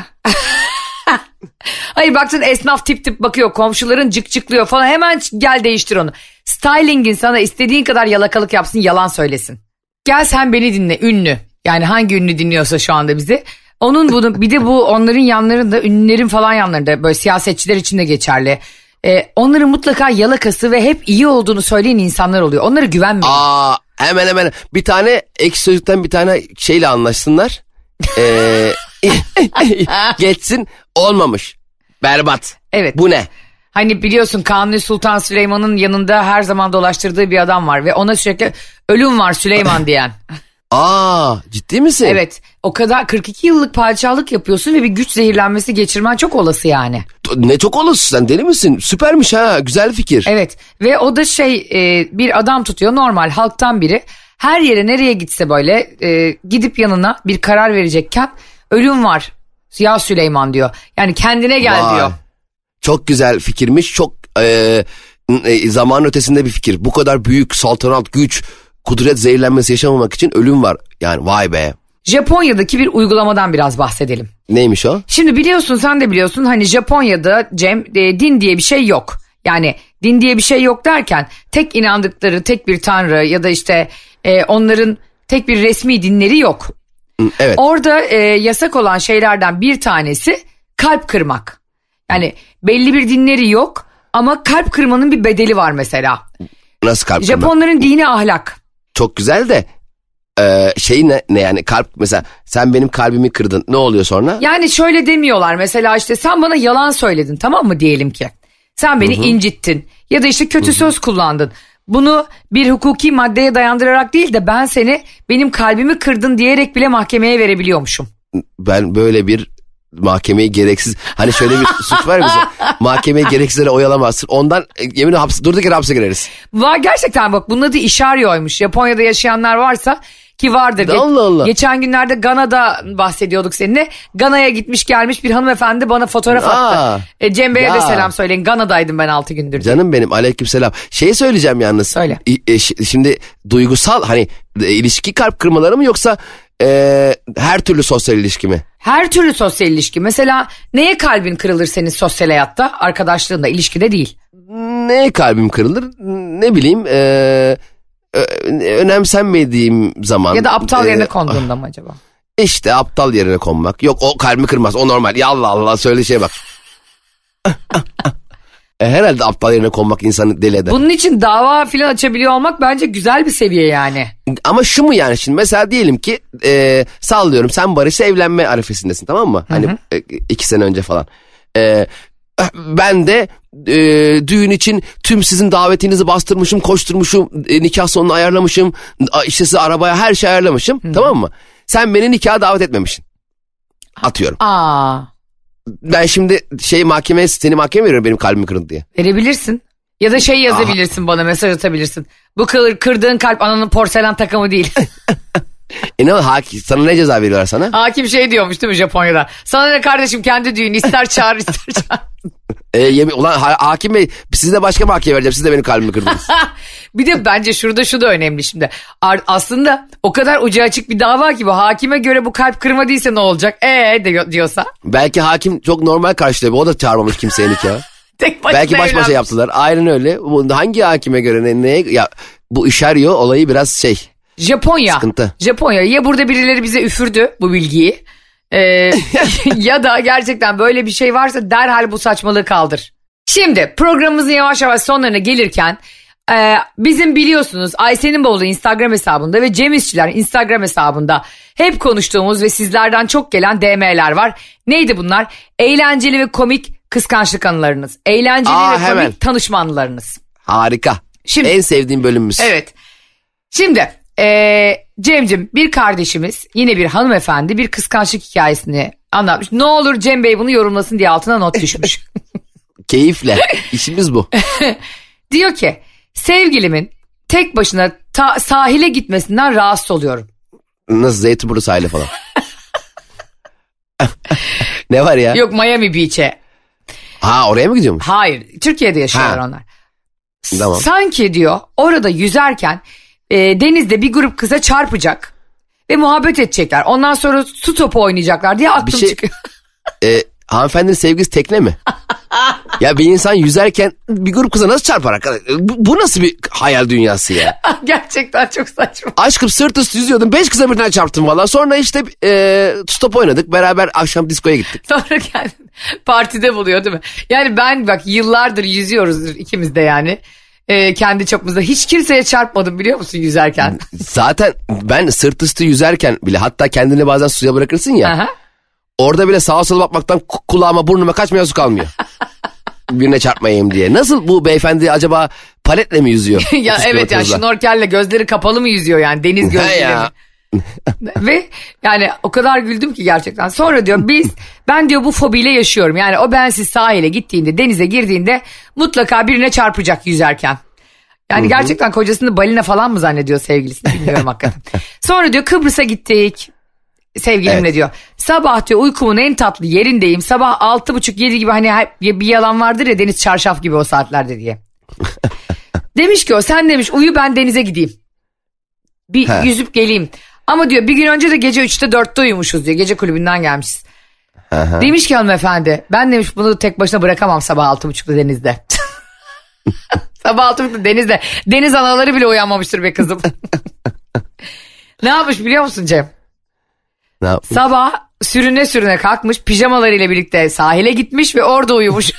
Hayır baktın esnaf tip tip bakıyor, komşuların cık cıklıyor falan, hemen gel değiştir onu. Styling'in sana istediğin kadar yalakalık yapsın, yalan söylesin. Gel sen beni dinle, ünlü. Yani hangi ünlü dinliyorsa şu anda bizi. Onun bunu bir de bu onların yanlarında, ünlülerin falan yanlarında, böyle siyasetçiler için de geçerli. Ee, onların mutlaka yalakası ve hep iyi olduğunu söyleyen insanlar oluyor. Onlara güvenmeyin. Aa, hemen hemen bir tane Ekşi Sözlük'ten bir tane şeyle anlaşsınlar. Ee, geçsin, olmamış. Berbat. Evet. Bu ne? Hani biliyorsun Kanuni Sultan Süleyman'ın yanında her zaman dolaştırdığı bir adam var ve ona sürekli ölüm var Süleyman diyen. Aa, ciddi misin? Evet. O kadar kırk iki yıllık padişahlık yapıyorsun ve bir güç zehirlenmesi geçirmen çok olası yani. Ne çok olası, sen deli misin? Süpermiş ha, güzel fikir. Evet ve o da şey e, bir adam tutuyor, normal halktan biri. Her yere nereye gitse böyle e, gidip yanına bir karar verecekken ölüm var ya Süleyman diyor. Yani kendine gel Vay. diyor. Çok güzel fikirmiş, çok e, e, zaman ötesinde bir fikir. Bu kadar büyük saltanat, güç, kudret zehirlenmesi yaşamamak için ölüm var. Yani vay be. Japonya'daki bir uygulamadan biraz bahsedelim. Neymiş o? Şimdi biliyorsun, sen de biliyorsun, hani Japonya'da Cem e, din diye bir şey yok. Yani din diye bir şey yok derken tek inandıkları tek bir tanrı ya da işte e, onların tek bir resmi dinleri yok. Evet. Orada e, yasak olan şeylerden bir tanesi kalp kırmak. Yani belli bir dinleri yok ama kalp kırmanın bir bedeli var mesela. Nasıl kalp kırmak? Japonların dini ahlak. Çok güzel de e, şey ne, ne yani kalp, mesela sen benim kalbimi kırdın, ne oluyor sonra? Yani şöyle demiyorlar mesela, işte sen bana yalan söyledin tamam mı diyelim ki. Sen beni Hı-hı. incittin ya da işte kötü Hı-hı. söz kullandın. bunu bir hukuki maddeye dayandırarak değil de ben seni benim kalbimi kırdın diyerek bile mahkemeye verebiliyormuşum. Ben böyle bir mahkemeyi gereksiz, hani şöyle bir suç var ya mesela, mahkemeyi gereksiz yere oyalamazsın. Ondan yeminle hapse, durduk yere hapse gireriz. Var gerçekten, bak bunun adı işaryoymuş. Japonya'da yaşayanlar varsa ki vardır. Allah Allah. Geçen günlerde Gana'da bahsediyorduk seninle. Gana'ya gitmiş gelmiş bir hanımefendi bana fotoğraf attı. Aa, e, Cem Bey'e ya. de selam söyleyin. Gana'daydım ben altı gündür. Canım benim, aleykümselam. Şeyi söyleyeceğim yalnız. Söyle. E, e, şimdi duygusal hani e, ilişki kalp kırmaları mı yoksa e, her türlü sosyal ilişki mi? Her türlü sosyal ilişki. Mesela neye kalbin kırılır senin sosyal hayatta? Arkadaşlığında, ilişkide değil. Neye kalbim kırılır? Ne bileyim e, önemsenmediğim zaman. Ya da aptal e, yerine konduğunda mı acaba? İşte aptal yerine konmak. Yok, o kalbimi kırmaz, o normal. Ya Allah Allah, söyle şeye bak. e, herhalde aptal yerine konmak insanı deli eder. Bunun için dava filan açabiliyor olmak bence güzel bir seviye yani. Ama şu mu yani, şimdi mesela diyelim ki e, sallıyorum, sen Barış'la evlenme arifesindesin, tamam mı? Hani e, iki sene önce falan. E, ben de e, düğün için tüm sizin davetinizi bastırmışım, koşturmuşum, e, nikah sonunu ayarlamışım, işte size arabaya her şey ayarlamışım, Hı. tamam mı? Sen beni nikaha davet etmemişsin. Atıyorum. Aa. Ben şimdi şey mahkemeye, seni mahkemeye veriyorum benim kalbimi kırıldı diye. Verebilirsin. Ya da şey yazabilirsin, Aha. bana mesaj atabilirsin. Bu kır, kırdığın kalp ananın porselen takımı değil. E ne hakim, sana ne ceza veriyorlar sana? Hakim şey diyormuş değil mi Japonya'da? Sana ne kardeşim, kendi düğün, ister çağır ister çağır. E, yemin, ulan ha, hakim bey, siz de başka mahkeme vereceğim, siz de benim kalbimi kırdınız. Bir de bence şurada şu da önemli şimdi. Aslında o kadar ucu açık bir dava ki bu, hakime göre bu kalp kırma değilse ne olacak? Eee diyor, diyorsa. Belki hakim çok normal karşılıyor, o da çağırmamış kimseye nikaha. Tek Belki baş başa yaptılar, aynen öyle. Hangi hakime göre ne, ne ya, bu işarıyor olayı biraz şey. Japonya. Sıkıntı. Japonya. Ya burada birileri bize üfürdü bu bilgiyi. Ee, ya da gerçekten böyle bir şey varsa derhal bu saçmalığı kaldır. Şimdi programımızın yavaş yavaş sonlarına gelirken e, bizim biliyorsunuz Ayşe'nin bavulu Instagram hesabında ve Cem İşçiler Instagram hesabında hep konuştuğumuz ve sizlerden çok gelen D M'ler var. Neydi bunlar? Eğlenceli ve komik kıskançlık anılarınız. Eğlenceli Aa, ve hemen. komik tanışma anılarınız. Harika. Şimdi, en sevdiğim bölümümüz. Evet. Şimdi e, Cem'cim, bir kardeşimiz, yine bir hanımefendi bir kıskançlık hikayesini anlatmış. Ne olur Cem Bey bunu yorumlasın diye altına not düşmüş. Keyifle. İşimiz bu. Diyor ki, sevgilimin tek başına ta- sahile gitmesinden rahatsız oluyorum. Nasıl, Zeytinburnu sahili falan. Ne var ya? Yok, Miami Beach'e. Ha, oraya mı gidiyormuş? Hayır, Türkiye'de yaşıyorlar ha. onlar. Tamam. Sanki diyor orada yüzerken e, denizde bir grup kıza çarpacak ve muhabbet edecekler. Ondan sonra su topu oynayacaklar diye aklım şey, çıkıyor. E, hanımefendinin sevgisi tekne mi? Ya bir insan yüzerken bir grup kıza nasıl çarpar? Bu, bu nasıl bir hayal dünyası ya? Gerçekten çok saçma. Aşkım, sırt üstü yüzüyordum. Beş kıza birden çarptım valla. Sonra işte e, stop oynadık. Beraber akşam diskoya gittik. Sonra kendini partide buluyor değil mi? Yani ben bak yıllardır yüzüyoruzdur ikimiz de yani. Ee, kendi çapımızda. Hiç kimseye çarpmadım biliyor musun yüzerken? Zaten ben sırt üstü yüzerken bile, hatta kendini bazen suya bırakırsın ya. Aha. Orada bile sağa sola bakmaktan kulağıma burnuma kaçmayan su kalmıyor. Birine çarpmayayım diye. Nasıl bu beyefendi acaba paletle mi yüzüyor? Ya evet ya, şnorkelle gözleri kapalı mı yüzüyor yani, deniz gözlüğüyle mi? Ve yani o kadar güldüm ki gerçekten. Sonra diyor biz ben diyor bu fobiyle yaşıyorum. Yani o bensiz sahile gittiğinde, denize girdiğinde mutlaka birine çarpacak yüzerken. Yani Hı-hı. gerçekten kocasını balina falan mı zannediyor sevgilisini, bilmiyorum hakikaten. Sonra diyor Kıbrıs'a gittik. Sevgilimle evet. diyor. Sabah diyor uykumun en tatlı yerindeyim. Sabah altı buçuk yedi gibi, hani bir yalan vardır ya, deniz çarşaf gibi o saatlerde diye. Demiş ki o, sen demiş uyu, ben denize gideyim. Bir He. yüzüp geleyim. Ama diyor bir gün önce de gece üçte dörtte uyumuşuz diyor. Gece kulübünden gelmişiz. Aha. Demiş ki hanımefendi, ben demiş bunu tek başına bırakamam sabah altı buçukta denizde. Sabah altı buçukta denizde. Deniz anaları bile uyanmamıştır be kızım. Ne yapmış biliyor musun Cem? Ne yapmış? Sabah sürüne sürüne kalkmış, pijamalarıyla birlikte sahile gitmiş ve orada uyumuş.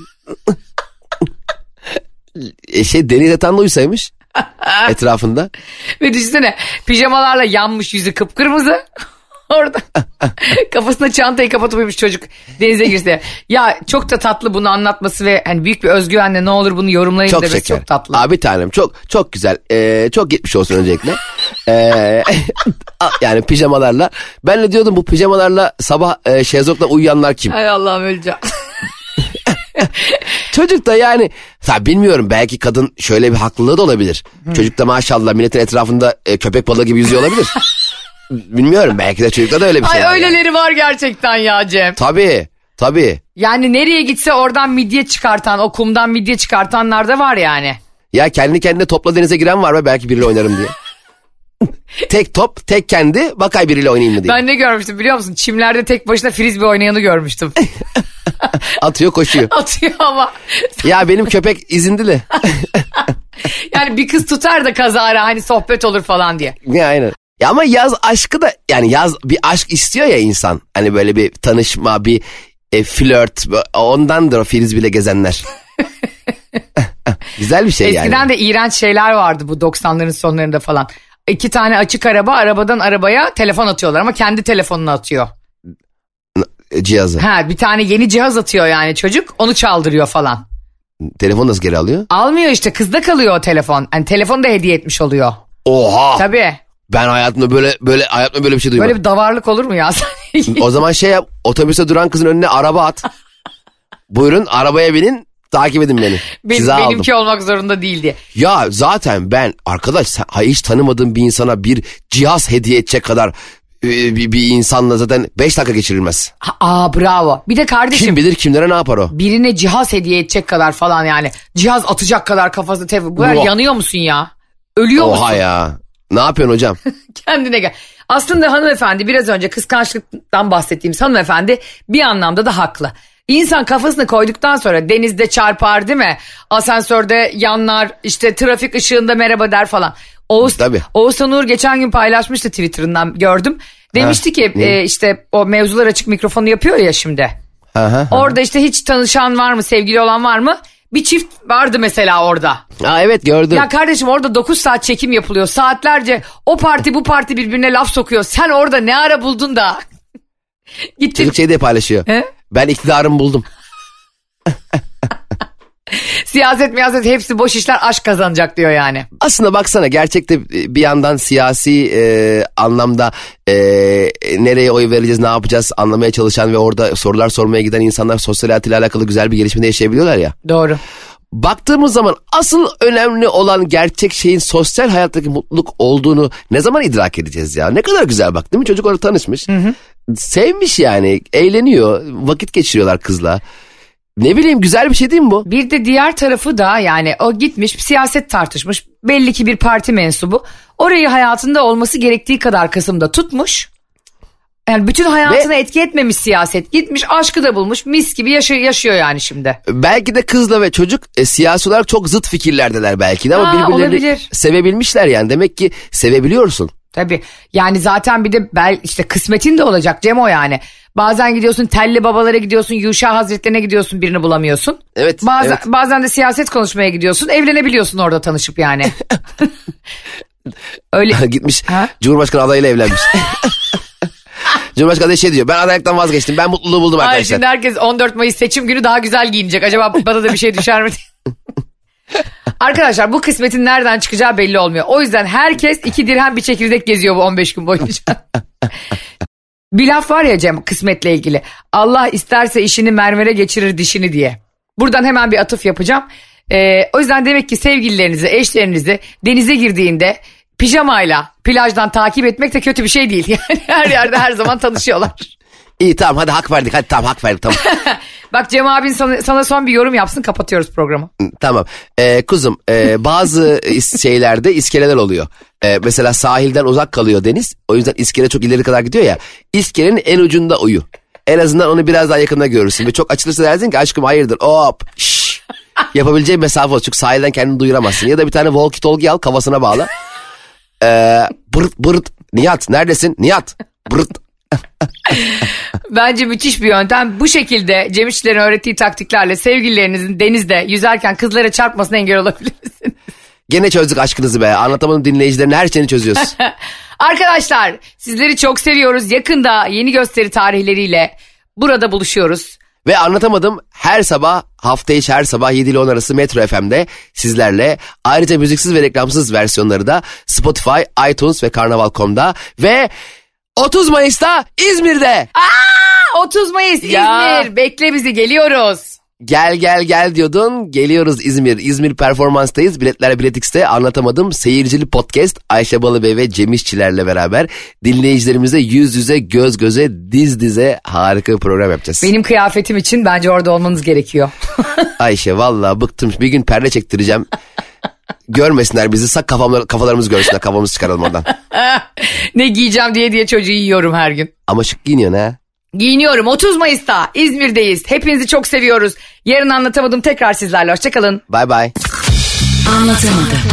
e şey deniz yatağında uyusaymış etrafında. Ve düşünsene, pijamalarla yanmış yüzü kıpkırmızı. Orada kafasına çantayı kapatıp uyumuş çocuk denize girse. Ya çok da tatlı bunu anlatması ve hani büyük bir özgüvenle ne olur bunu yorumlayın çok demesi şeker. çok tatlı. Abi tanem çok çok güzel. Ee, çok gitmiş olsun öncelikle. ee, yani pijamalarla. Ben de diyordum bu pijamalarla sabah e, şezlongla uyuyanlar kim? Hay Allah'ım öleceğim. Çocuk da yani tabii bilmiyorum belki kadın şöyle bir haklılığı da olabilir. Hmm. Çocuk da maşallah milletin etrafında e, köpek balığı gibi yüzüyor olabilir. Bilmiyorum belki de çocukta da öyle bir şey Ay, var. öyleleri yani. var gerçekten ya Cem. Tabii tabii. Yani nereye gitse oradan midye çıkartan, o kumdan midye çıkartanlar da var yani. Ya kendi kendine topla denize giren var mı belki biriyle oynarım diye. Tek top, tek kendi, bakay biriyle oynayayım mı diye. Ben ne görmüştüm biliyor musun? Çimlerde tek başına frisbee oynayanı görmüştüm. Atıyor koşuyor. Atıyor ama. Ya benim köpek izindili. Yani bir kız tutar da kazara hani sohbet olur falan diye. Ya aynen. Ya ama yaz aşkı da yani yaz bir aşk istiyor ya insan. Hani böyle bir tanışma, bir e, flört, ondandır o frisbee'yle gezenler. Güzel bir şey Eskiden yani. Eskiden de iğrenç şeyler vardı bu doksanların sonlarında falan. İki tane açık araba, arabadan arabaya telefon atıyorlar ama kendi telefonunu atıyor. Cihazı. Ha, bir tane yeni cihaz atıyor yani çocuk, onu çaldırıyor falan. Telefonu nasıl geri alıyor? Almıyor işte, kızda kalıyor o telefon. Yani telefonu da hediye etmiş oluyor. Oha. Tabii. Ben hayatımda böyle böyle hayatımda böyle bir şey duymadım. Böyle bir davarlık olur mu ya? O zaman şey yap, otobüste duran kızın önüne araba at. Buyurun arabaya binin, takip edin beni. Benim, Size aldım. benimki olmak zorunda değil diye. Ya zaten ben arkadaş sen, hiç tanımadığım bir insana bir cihaz hediye edecek kadar e, bir, bir insanla zaten beş dakika geçirilmez. Aa bravo. Bir de kardeşim. Kim bilir kimlere ne yapar o? Birine cihaz hediye edecek kadar falan yani. Cihaz atacak kadar kafası tef. Bu oh. Yanıyor musun ya? Ölüyor Oha musun? Oha ya. Ne yapıyorsun hocam? Kendine gel. Aslında hanımefendi, biraz önce kıskançlıktan bahsettiğimiz hanımefendi bir anlamda da haklı. İnsan kafasını koyduktan sonra denizde çarpar değil mi? Asansörde yanlar, işte trafik ışığında merhaba der falan. Oğuz, Oğuzhan Uğur geçen gün paylaşmıştı Twitter'ından, gördüm. Demişti ha, ki e, işte o mevzular açık mikrofonu yapıyor ya şimdi. Ha, ha, orada işte hiç tanışan var mı, sevgili olan var mı? Bir çift vardı mesela orada. Aa, evet gördüm. Ya kardeşim orada dokuz saat çekim yapılıyor. Saatlerce o parti bu parti birbirine laf sokuyor. Sen orada ne ara buldun da? Gittin. Çocuk şey de paylaşıyor. He? Ben iktidarımı buldum. Siyaset miyaset hepsi boş işler, aşk kazanacak diyor yani. Aslında baksana gerçekte bir yandan siyasi e, anlamda e, nereye oy vereceğiz, ne yapacağız anlamaya çalışan ve orada sorular sormaya giden insanlar sosyal hayatıyla alakalı güzel bir gelişmede yaşayabiliyorlar ya. Doğru. Baktığımız zaman asıl önemli olan gerçek şeyin sosyal hayattaki mutluluk olduğunu ne zaman idrak edeceğiz ya? Ne kadar güzel bak değil mi? Çocuk orada tanışmış. Hı hı. Sevmiş yani, eğleniyor, vakit geçiriyorlar kızla. Ne bileyim, güzel bir şey değil mi bu? Bir de diğer tarafı da yani o gitmiş siyaset tartışmış. Belli ki bir parti mensubu. Orayı hayatında olması gerektiği kadar kısımda tutmuş. Yani bütün hayatına ve etki etmemiş siyaset. Gitmiş aşkı da bulmuş, mis gibi yaşıyor, yaşıyor yani şimdi. Belki de kızla ve çocuk e, siyasi olarak çok zıt fikirlerdeler belki de ama Aa, birbirlerini olabilir. Sevebilmişler yani. Demek ki sevebiliyorsun. Tabii yani zaten bir de bel, işte kısmetin de olacak Cem o yani. Bazen gidiyorsun telli babalara gidiyorsun, Yuşa Hazretlerine gidiyorsun, birini bulamıyorsun. Evet. Bazen, evet. bazen de siyaset konuşmaya gidiyorsun, evlenebiliyorsun orada tanışıp yani. Öyle. Gitmiş ha? Cumhurbaşkanı adayıyla evlenmiş. Cumhurbaşkanı şey diyor, ben adaylıktan vazgeçtim, ben mutluluğu buldum arkadaşlar. Hayır, şimdi herkes on dört Mayıs seçim günü daha güzel giyinecek, acaba bana da bir şey düşer mi? Arkadaşlar bu kısmetin nereden çıkacağı belli olmuyor. O yüzden herkes iki dirhem bir çekirdek geziyor bu on beş gün boyunca. Bir laf var ya Cem kısmetle ilgili. Allah isterse işini mermere geçirir dişini diye. Buradan hemen bir atıf yapacağım. Ee, o yüzden demek ki sevgililerinizi, eşlerinizi denize girdiğinde pijamayla plajdan takip etmek de kötü bir şey değil. Yani her yerde her zaman tanışıyorlar. İyi tamam, hadi hak verdik, hadi tamam hak verdik tamam. Bak Cem abin sana, sana son bir yorum yapsın, kapatıyoruz programı. Tamam ee, kuzum e, bazı şeylerde iskeleler oluyor. E, mesela sahilden uzak kalıyor deniz, o yüzden iskele çok ileri kadar gidiyor ya. İskelenin en ucunda uyu. En azından onu biraz daha yakında görürsün ve çok açılırsa dersin ki aşkım hayırdır hop şşş. Yapabileceğin mesafe olsun çünkü sahilden kendini duyuramazsın. Ya da bir tane walkie talkie al, kafasına bağla. Ee, bırt bırt Nihat neredesin Nihat bırt. Bence müthiş bir yöntem. Bu şekilde Cem İşçilerin öğrettiği taktiklerle sevgililerinizin denizde yüzerken kızlara çarpmasına engel olabilirsiniz. Gene çözdük aşkınızı be. Anlatamadım, dinleyicilerin her şeyini çözüyoruz. Arkadaşlar sizleri çok seviyoruz. Yakında yeni gösteri tarihleriyle burada buluşuyoruz. Ve Anlatamadım her sabah, hafta içi her sabah yedi ile on arası Metro F M'de sizlerle. Ayrıca müziksiz ve reklamsız versiyonları da Spotify, iTunes ve Karnaval nokta com'da. Ve otuz Mayıs'ta İzmir'de. Aa, otuz Mayıs Ya. İzmir. Bekle bizi, geliyoruz. Gel gel gel diyordun. Geliyoruz İzmir. İzmir performanstayız. Biletler Bilet X'te. Anlatamadım. Seyircili podcast Ayşe Balıbey ve Cem İşçilerle beraber dinleyicilerimize yüz yüze, göz göze, diz dize harika bir program yapacağız. Benim kıyafetim için bence orada olmanız gerekiyor. Ayşe vallahi bıktım. Bir gün perde çektireceğim. Görmesinler bizi. Sak kafamlar, kafalarımızı görsünler. Kafamızı çıkaralım oradan. Ne giyeceğim diye diye çocuğu yiyorum her gün. Ama şık giyiniyorsun ha. Giyiniyorum. otuz Mayıs'ta İzmir'deyiz. Hepinizi çok seviyoruz. Yarın Anlatamadım tekrar sizlerle. Hoşçakalın. Bye bye. Anlatamadım.